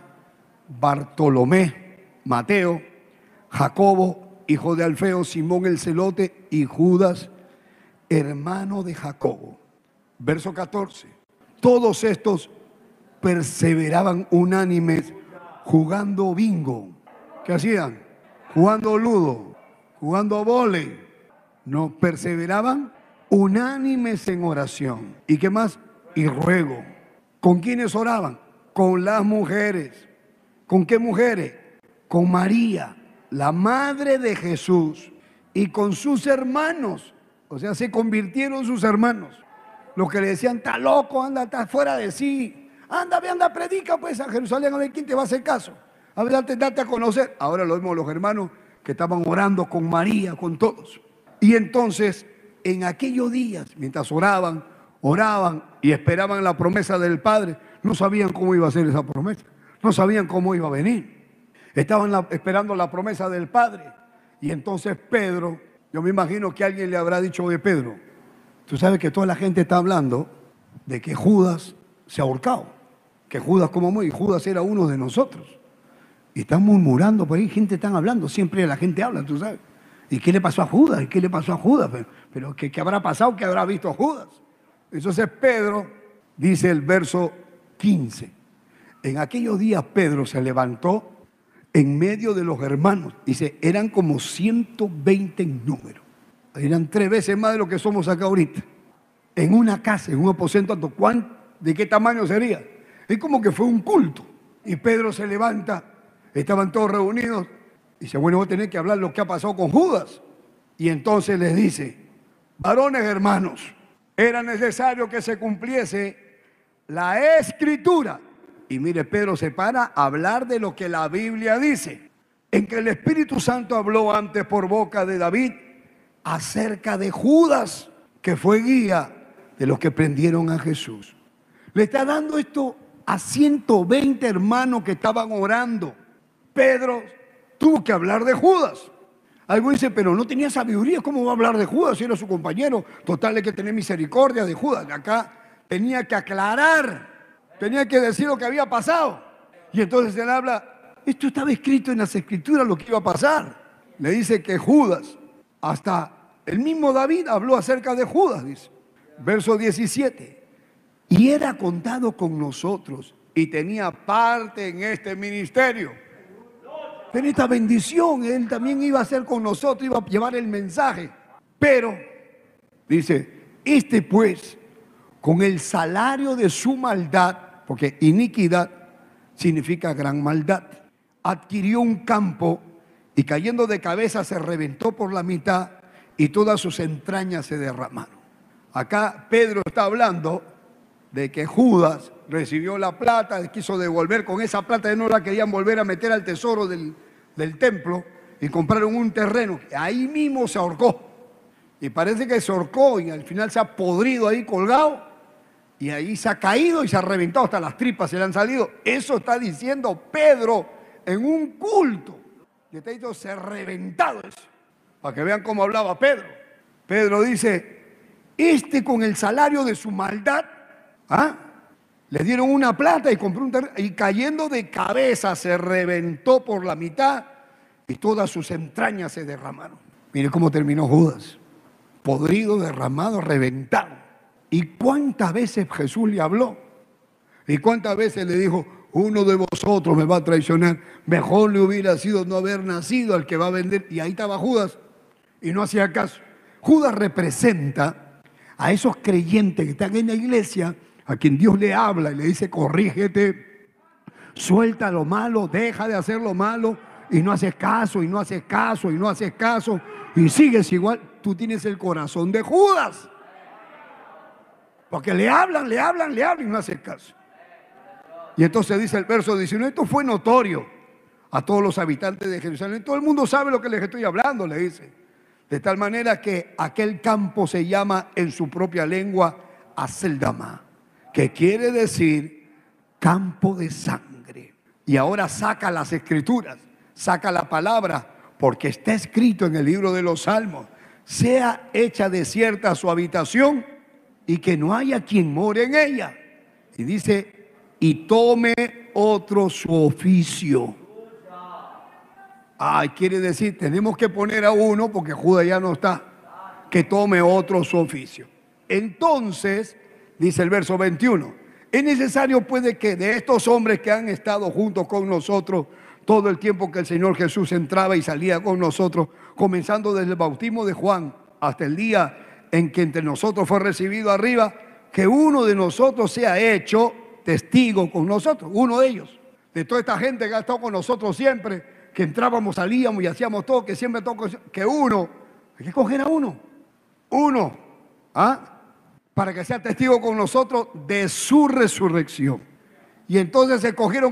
Bartolomé, Mateo, Jacobo, hijo de Alfeo, Simón el celote y Judas, hermano de Jacobo. Verso 14. Todos estos perseveraban unánimes jugando bingo. ¿Qué hacían? Jugando ludo, jugando vóley. No, perseveraban unánimes en oración. ¿Y qué más? Y ruego. ¿Con quiénes oraban? Con las mujeres. ¿Con qué mujeres? Con María, la madre de Jesús, y con sus hermanos. O sea, se convirtieron sus hermanos. Los que le decían, está loco, anda, está fuera de sí. Anda, ve, anda, predica pues a Jerusalén, a ver quién te va a hacer caso. A ver, date a conocer. Ahora lo vemos los hermanos que estaban orando con María, con todos. Y entonces, en aquellos días, mientras oraban y esperaban la promesa del Padre, no sabían cómo iba a ser esa promesa. No sabían cómo iba a venir. Estaban esperando la promesa del Padre. Y entonces Pedro, yo me imagino que alguien le habrá dicho de Pedro, tú sabes que toda la gente está hablando de que Judas se ha ahorcado. Que Judas como muy, Judas era uno de nosotros. Y están murmurando por ahí, gente están hablando, siempre la gente habla, tú sabes. ¿Y qué le pasó a Judas? ¿Y qué le pasó a Judas? Pero ¿qué habrá pasado? ¿Qué habrá visto a Judas? Entonces Pedro dice el verso 15. En aquellos días Pedro se levantó en medio de los hermanos. Dice, eran como 120 en número. Eran 3 veces más de lo que somos acá ahorita. En una casa, en un aposento alto. ¿De qué tamaño sería? Es como que fue un culto. Y Pedro se levanta, estaban todos reunidos. Y dice, bueno, voy a tener que hablar lo que ha pasado con Judas. Y entonces les dice, varones hermanos, era necesario que se cumpliese la escritura. Y mire, Pedro se para a hablar de lo que la Biblia dice, en que el Espíritu Santo habló antes por boca de David acerca de Judas, que fue guía de los que prendieron a Jesús. Le está dando esto a 120 hermanos que estaban orando. Pedro tuvo que hablar de Judas. Algunos dicen, pero no tenía sabiduría, ¿cómo va a hablar de Judas si era su compañero? Total, hay que tener misericordia de Judas. Acá tenía que aclarar, tenía que decir lo que había pasado. Y entonces él habla, esto estaba escrito en las Escrituras lo que iba a pasar. Le dice que Judas, hasta el mismo David habló acerca de Judas, dice. Verso 17. Y era contado con nosotros y tenía parte en este ministerio. En esta bendición, él también iba a ser con nosotros, iba a llevar el mensaje. Pero, dice, pues, con el salario de su maldad, porque iniquidad significa gran maldad, adquirió un campo y cayendo de cabeza se reventó por la mitad y todas sus entrañas se derramaron. Acá Pedro está hablando de que Judas recibió la plata, quiso devolver con esa plata, y no la querían volver a meter al tesoro del templo y compraron un terreno. Ahí mismo se ahorcó. Y parece que se ahorcó y al final se ha podrido ahí colgado y ahí se ha caído y se ha reventado, hasta las tripas se le han salido. Eso está diciendo Pedro en un culto. Y está diciendo, se ha reventado eso. Para que vean cómo hablaba Pedro. Pedro dice, con el salario de su maldad, le dieron una plata y compró un terreno y cayendo de cabeza se reventó por la mitad y todas sus entrañas se derramaron. Mire cómo terminó Judas, podrido, derramado, reventado. ¿Y cuántas veces Jesús le habló? ¿Y cuántas veces le dijo, uno de vosotros me va a traicionar? Mejor le hubiera sido no haber nacido al que va a vender. Y ahí estaba Judas y no hacía caso. Judas representa a esos creyentes que están en la iglesia, a quien Dios le habla y le dice, corrígete, suelta lo malo, deja de hacer lo malo, y no haces caso, y no haces caso, y no haces caso, y sigues igual. Tú tienes el corazón de Judas, porque le hablan, y no haces caso. Y entonces dice el verso 19, esto fue notorio a todos los habitantes de Jerusalén. Todo el mundo sabe lo que les estoy hablando, le dice. De tal manera que aquel campo se llama en su propia lengua Aceldama, que quiere decir campo de sangre. Y ahora saca las escrituras, saca la palabra, porque está escrito en el libro de los Salmos, sea hecha desierta su habitación y que no haya quien more en ella. Y dice, y tome otro su oficio. Quiere decir, tenemos que poner a uno, porque Judas ya no está, que tome otro su oficio. Entonces, dice el verso 21, es necesario pues que de estos hombres que han estado juntos con nosotros todo el tiempo que el Señor Jesús entraba y salía con nosotros, comenzando desde el bautismo de Juan hasta el día en que entre nosotros fue recibido arriba, que uno de nosotros sea hecho testigo con nosotros, uno de ellos, de toda esta gente que ha estado con nosotros siempre, que entrábamos, salíamos y hacíamos todo, que siempre todo, que uno, hay que coger a uno, para que sea testigo con nosotros de su resurrección. Y entonces se cogieron,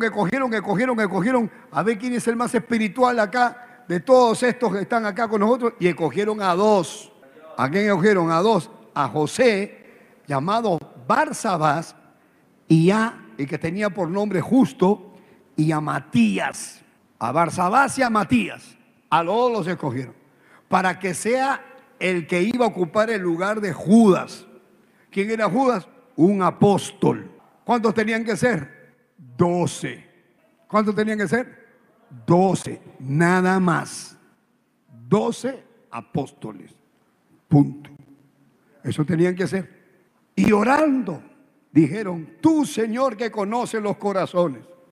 a ver quién es el más espiritual acá, de todos estos que están acá con nosotros, y escogieron a dos. ¿A quién escogieron? A dos, a José, llamado Barsabás, y el que tenía por nombre Justo, y a Matías. A Barsabás y a Matías, a los dos los escogieron, para que sea el que iba a ocupar el lugar de Judas. ¿Quién era Judas? Un apóstol. ¿Cuántos tenían que ser? 12. ¿Cuántos tenían que ser? 12, nada más. 12 apóstoles. Punto. Eso tenían que ser. Y orando, dijeron, tú, Señor, que conoces los corazones.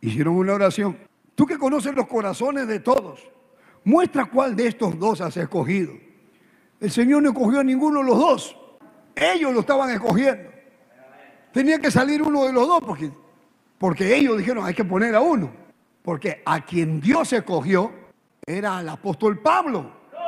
Hicieron una oración. Tú que conoces los corazones de todos, muestra cuál de estos dos has escogido. El Señor no escogió a ninguno de los dos. Ellos lo estaban escogiendo. Tenía que salir uno de los dos porque ellos dijeron hay que poner a uno. Porque a quien Dios escogió era al apóstol Pablo.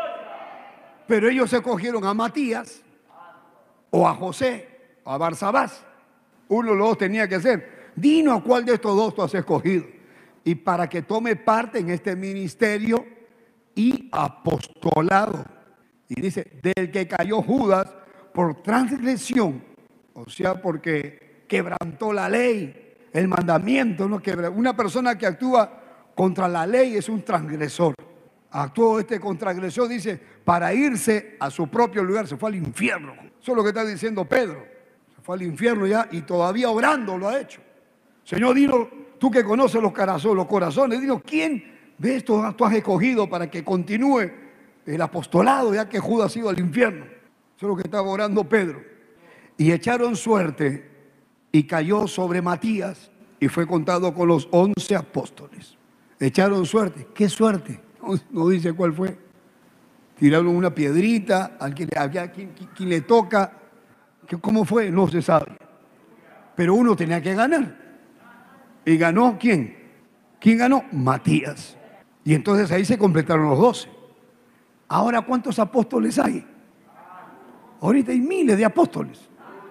Pero ellos escogieron a Matías o a José o a Barsabás. Uno de los dos tenía que ser. Dinos a cuál de estos dos tú has escogido. Y para que tome parte en este ministerio y apostolado. Y dice, del que cayó Judas por transgresión, o sea, porque quebrantó la ley, el mandamiento, ¿no? Una persona que actúa contra la ley es un transgresor. Actuó con transgresión, dice, para irse a su propio lugar, se fue al infierno. Eso es lo que está diciendo Pedro. Se fue al infierno ya y todavía orando lo ha hecho. Señor, dinos, tú que conoces los corazones, dinos, ¿quién de estos tú has escogido para que continúe el apostolado, ya que Judas ha ido al infierno? Eso es lo que estaba orando Pedro. Y echaron suerte y cayó sobre Matías y fue contado con los 11 apóstoles. Echaron suerte. ¿Qué suerte? No dice cuál fue. Tiraron una piedrita, a quien le toca. ¿Cómo fue? No se sabe. Pero uno tenía que ganar. ¿Y ganó quién? ¿Quién ganó? Matías. Y entonces ahí se completaron los 12. Ahora, ¿cuántos apóstoles hay? Ahorita hay miles de apóstoles.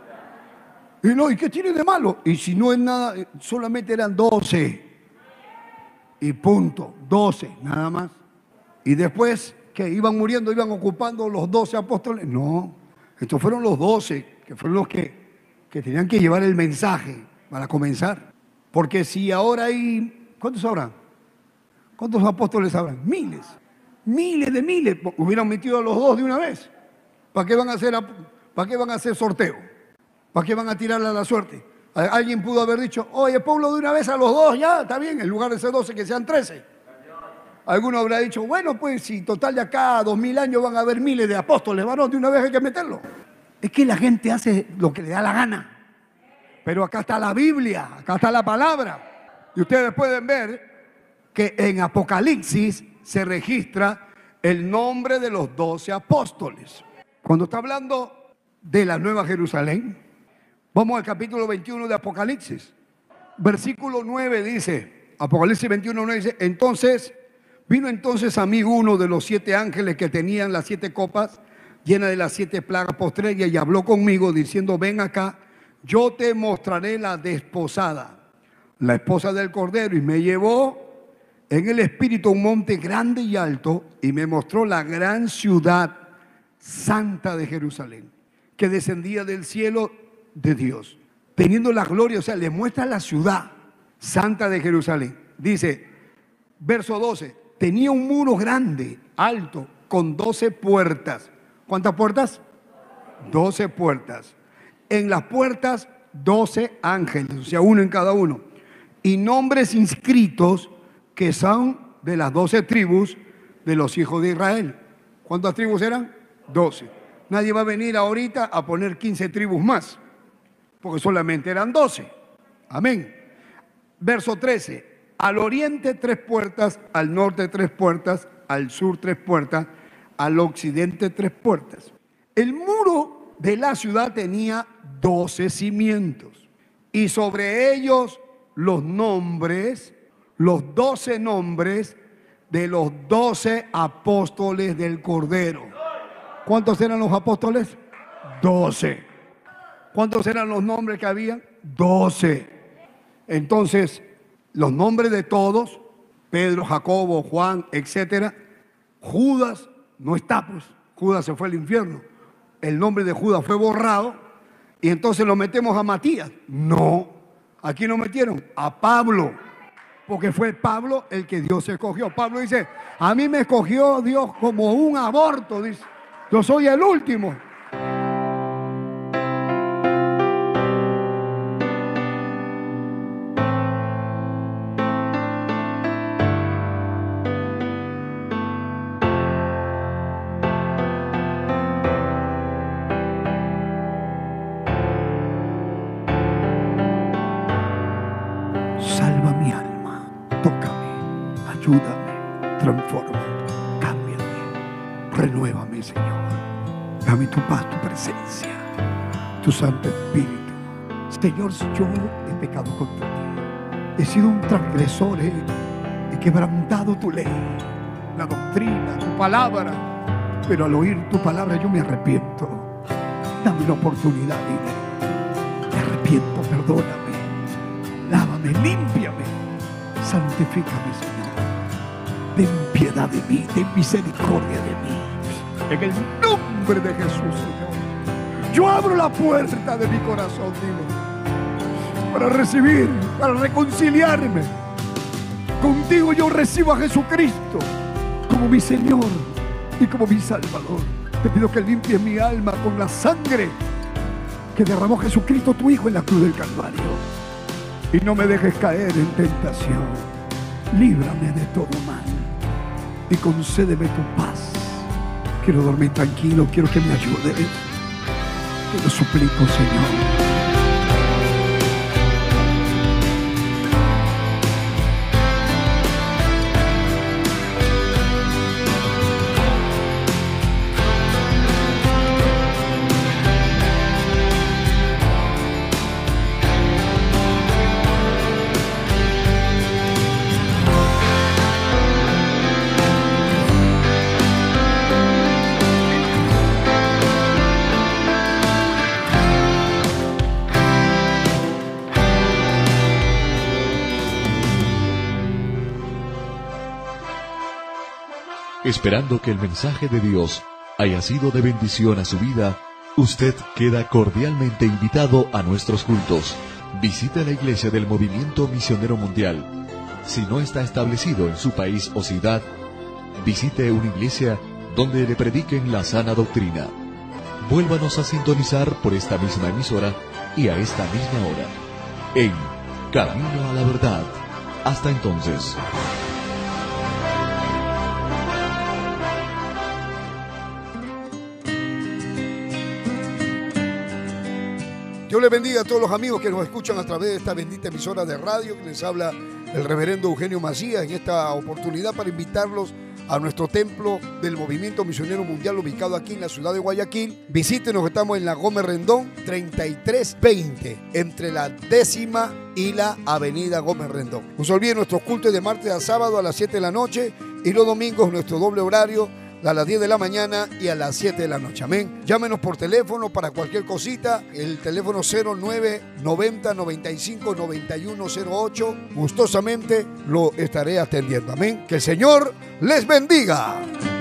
Y no, ¿y qué tiene de malo? Y si no es nada, solamente eran 12. Y punto, 12, nada más. Y después, que iban muriendo, iban ocupando los 12 apóstoles. No, estos fueron los 12, que fueron los que tenían que llevar el mensaje para comenzar. Porque si ahora hay, ¿cuántos habrán? ¿Cuántos apóstoles habrán? Miles. Miles de miles. Hubieran metido a los dos de una vez. ¿Para qué van a hacer sorteo? ¿Para qué van a tirarle a la suerte? Alguien pudo haber dicho, oye, Pablo, de una vez a los dos, ya, está bien, en lugar de ser 12, que sean 13. Alguno habrá dicho, bueno, pues si total de acá a 2000 años van a haber miles de apóstoles, varón, de una vez hay que meterlo. Es que la gente hace lo que le da la gana. Pero acá está la Biblia, acá está la palabra. Y ustedes pueden ver que en Apocalipsis se registra el nombre de los 12 apóstoles. Cuando está hablando de la Nueva Jerusalén, vamos al capítulo 21 de Apocalipsis. Versículo 9 dice, Apocalipsis 21, 9 dice, vino entonces a mí uno de los 7 ángeles que tenían las 7 copas llenas de las 7 plagas postreras y habló conmigo diciendo, ven acá, yo te mostraré la desposada, la esposa del Cordero. Y me llevó en el espíritu a un monte grande y alto y me mostró la gran ciudad santa de Jerusalén, que descendía del cielo de Dios, teniendo la gloria, o sea, le muestra la ciudad santa de Jerusalén. Dice, verso 12, tenía un muro grande, alto, con 12 puertas. ¿Cuántas puertas? 12 puertas. En las puertas 12 ángeles, o sea, uno en cada uno. Y nombres inscritos que son de las 12 tribus de los hijos de Israel. ¿Cuántas tribus eran? 12. Nadie va a venir ahorita a poner 15 tribus más, porque solamente eran 12. Amén. Verso 13. Al oriente 3 puertas, al norte 3 puertas, al sur 3 puertas, al occidente 3 puertas. El muro de la ciudad tenía 12 cimientos y sobre ellos los nombres, los 12 nombres de los 12 apóstoles del Cordero. ¿Cuántos eran los apóstoles? 12. ¿Cuántos eran los nombres que había? 12. Entonces, los nombres de todos, Pedro, Jacobo, Juan, etcétera. Judas no está, pues. Judas se fue al infierno. El nombre de Judas fue borrado y entonces lo metemos a Matías. No, aquí no metieron a Pablo, porque fue Pablo el que Dios escogió. Pablo dice, a mí me escogió Dios como un aborto, dice. Yo soy el último. Salva mi alma. ayúdame, transfórmame, cámbiame, renuévame, Señor. Dame tu paz, tu presencia, tu Santo Espíritu. Señor, si yo he pecado contra ti, he sido un transgresor, he quebrantado tu ley, la doctrina, tu palabra, pero al oír tu palabra yo me arrepiento. Dame la oportunidad, dile, me arrepiento, perdóname, lávame, límpiame, santifícame, Señor. Ten piedad de mí, ten misericordia de mí. En el nombre de Jesús, Señor, yo abro la puerta de mi corazón, dile, para recibir, para reconciliarme contigo. Yo recibo a Jesucristo como mi Señor y como mi Salvador. Te pido que limpies mi alma con la sangre que derramó Jesucristo, tu Hijo, en la cruz del Calvario. Y no me dejes caer en tentación. Líbrame de todo mal y concédeme tu paz. Quiero dormir tranquilo, quiero que me ayudes. Te lo suplico, Señor. Esperando que el mensaje de Dios haya sido de bendición a su vida, usted queda cordialmente invitado a nuestros cultos. Visite la iglesia del Movimiento Misionero Mundial. Si no está establecido en su país o ciudad, visite una iglesia donde le prediquen la sana doctrina. Vuélvanos a sintonizar por esta misma emisora y a esta misma hora, en Camino a la Verdad. Hasta entonces. Dios les bendiga a todos los amigos que nos escuchan a través de esta bendita emisora de radio. Les habla el reverendo Eugenio Macías en esta oportunidad para invitarlos a nuestro templo del Movimiento Misionero Mundial, ubicado aquí en la ciudad de Guayaquil. Visítenos, estamos en la Gómez Rendón 3320, entre la 10ª y la avenida Gómez Rendón. No se olviden, nuestros cultos de martes a sábado a las 7 de la noche y los domingos nuestro doble horario a las 10 de la mañana y a las 7 de la noche. Amén. Llámenos por teléfono para cualquier cosita. El teléfono 0990 95 9108. Gustosamente lo estaré atendiendo. Amén. Que el Señor les bendiga.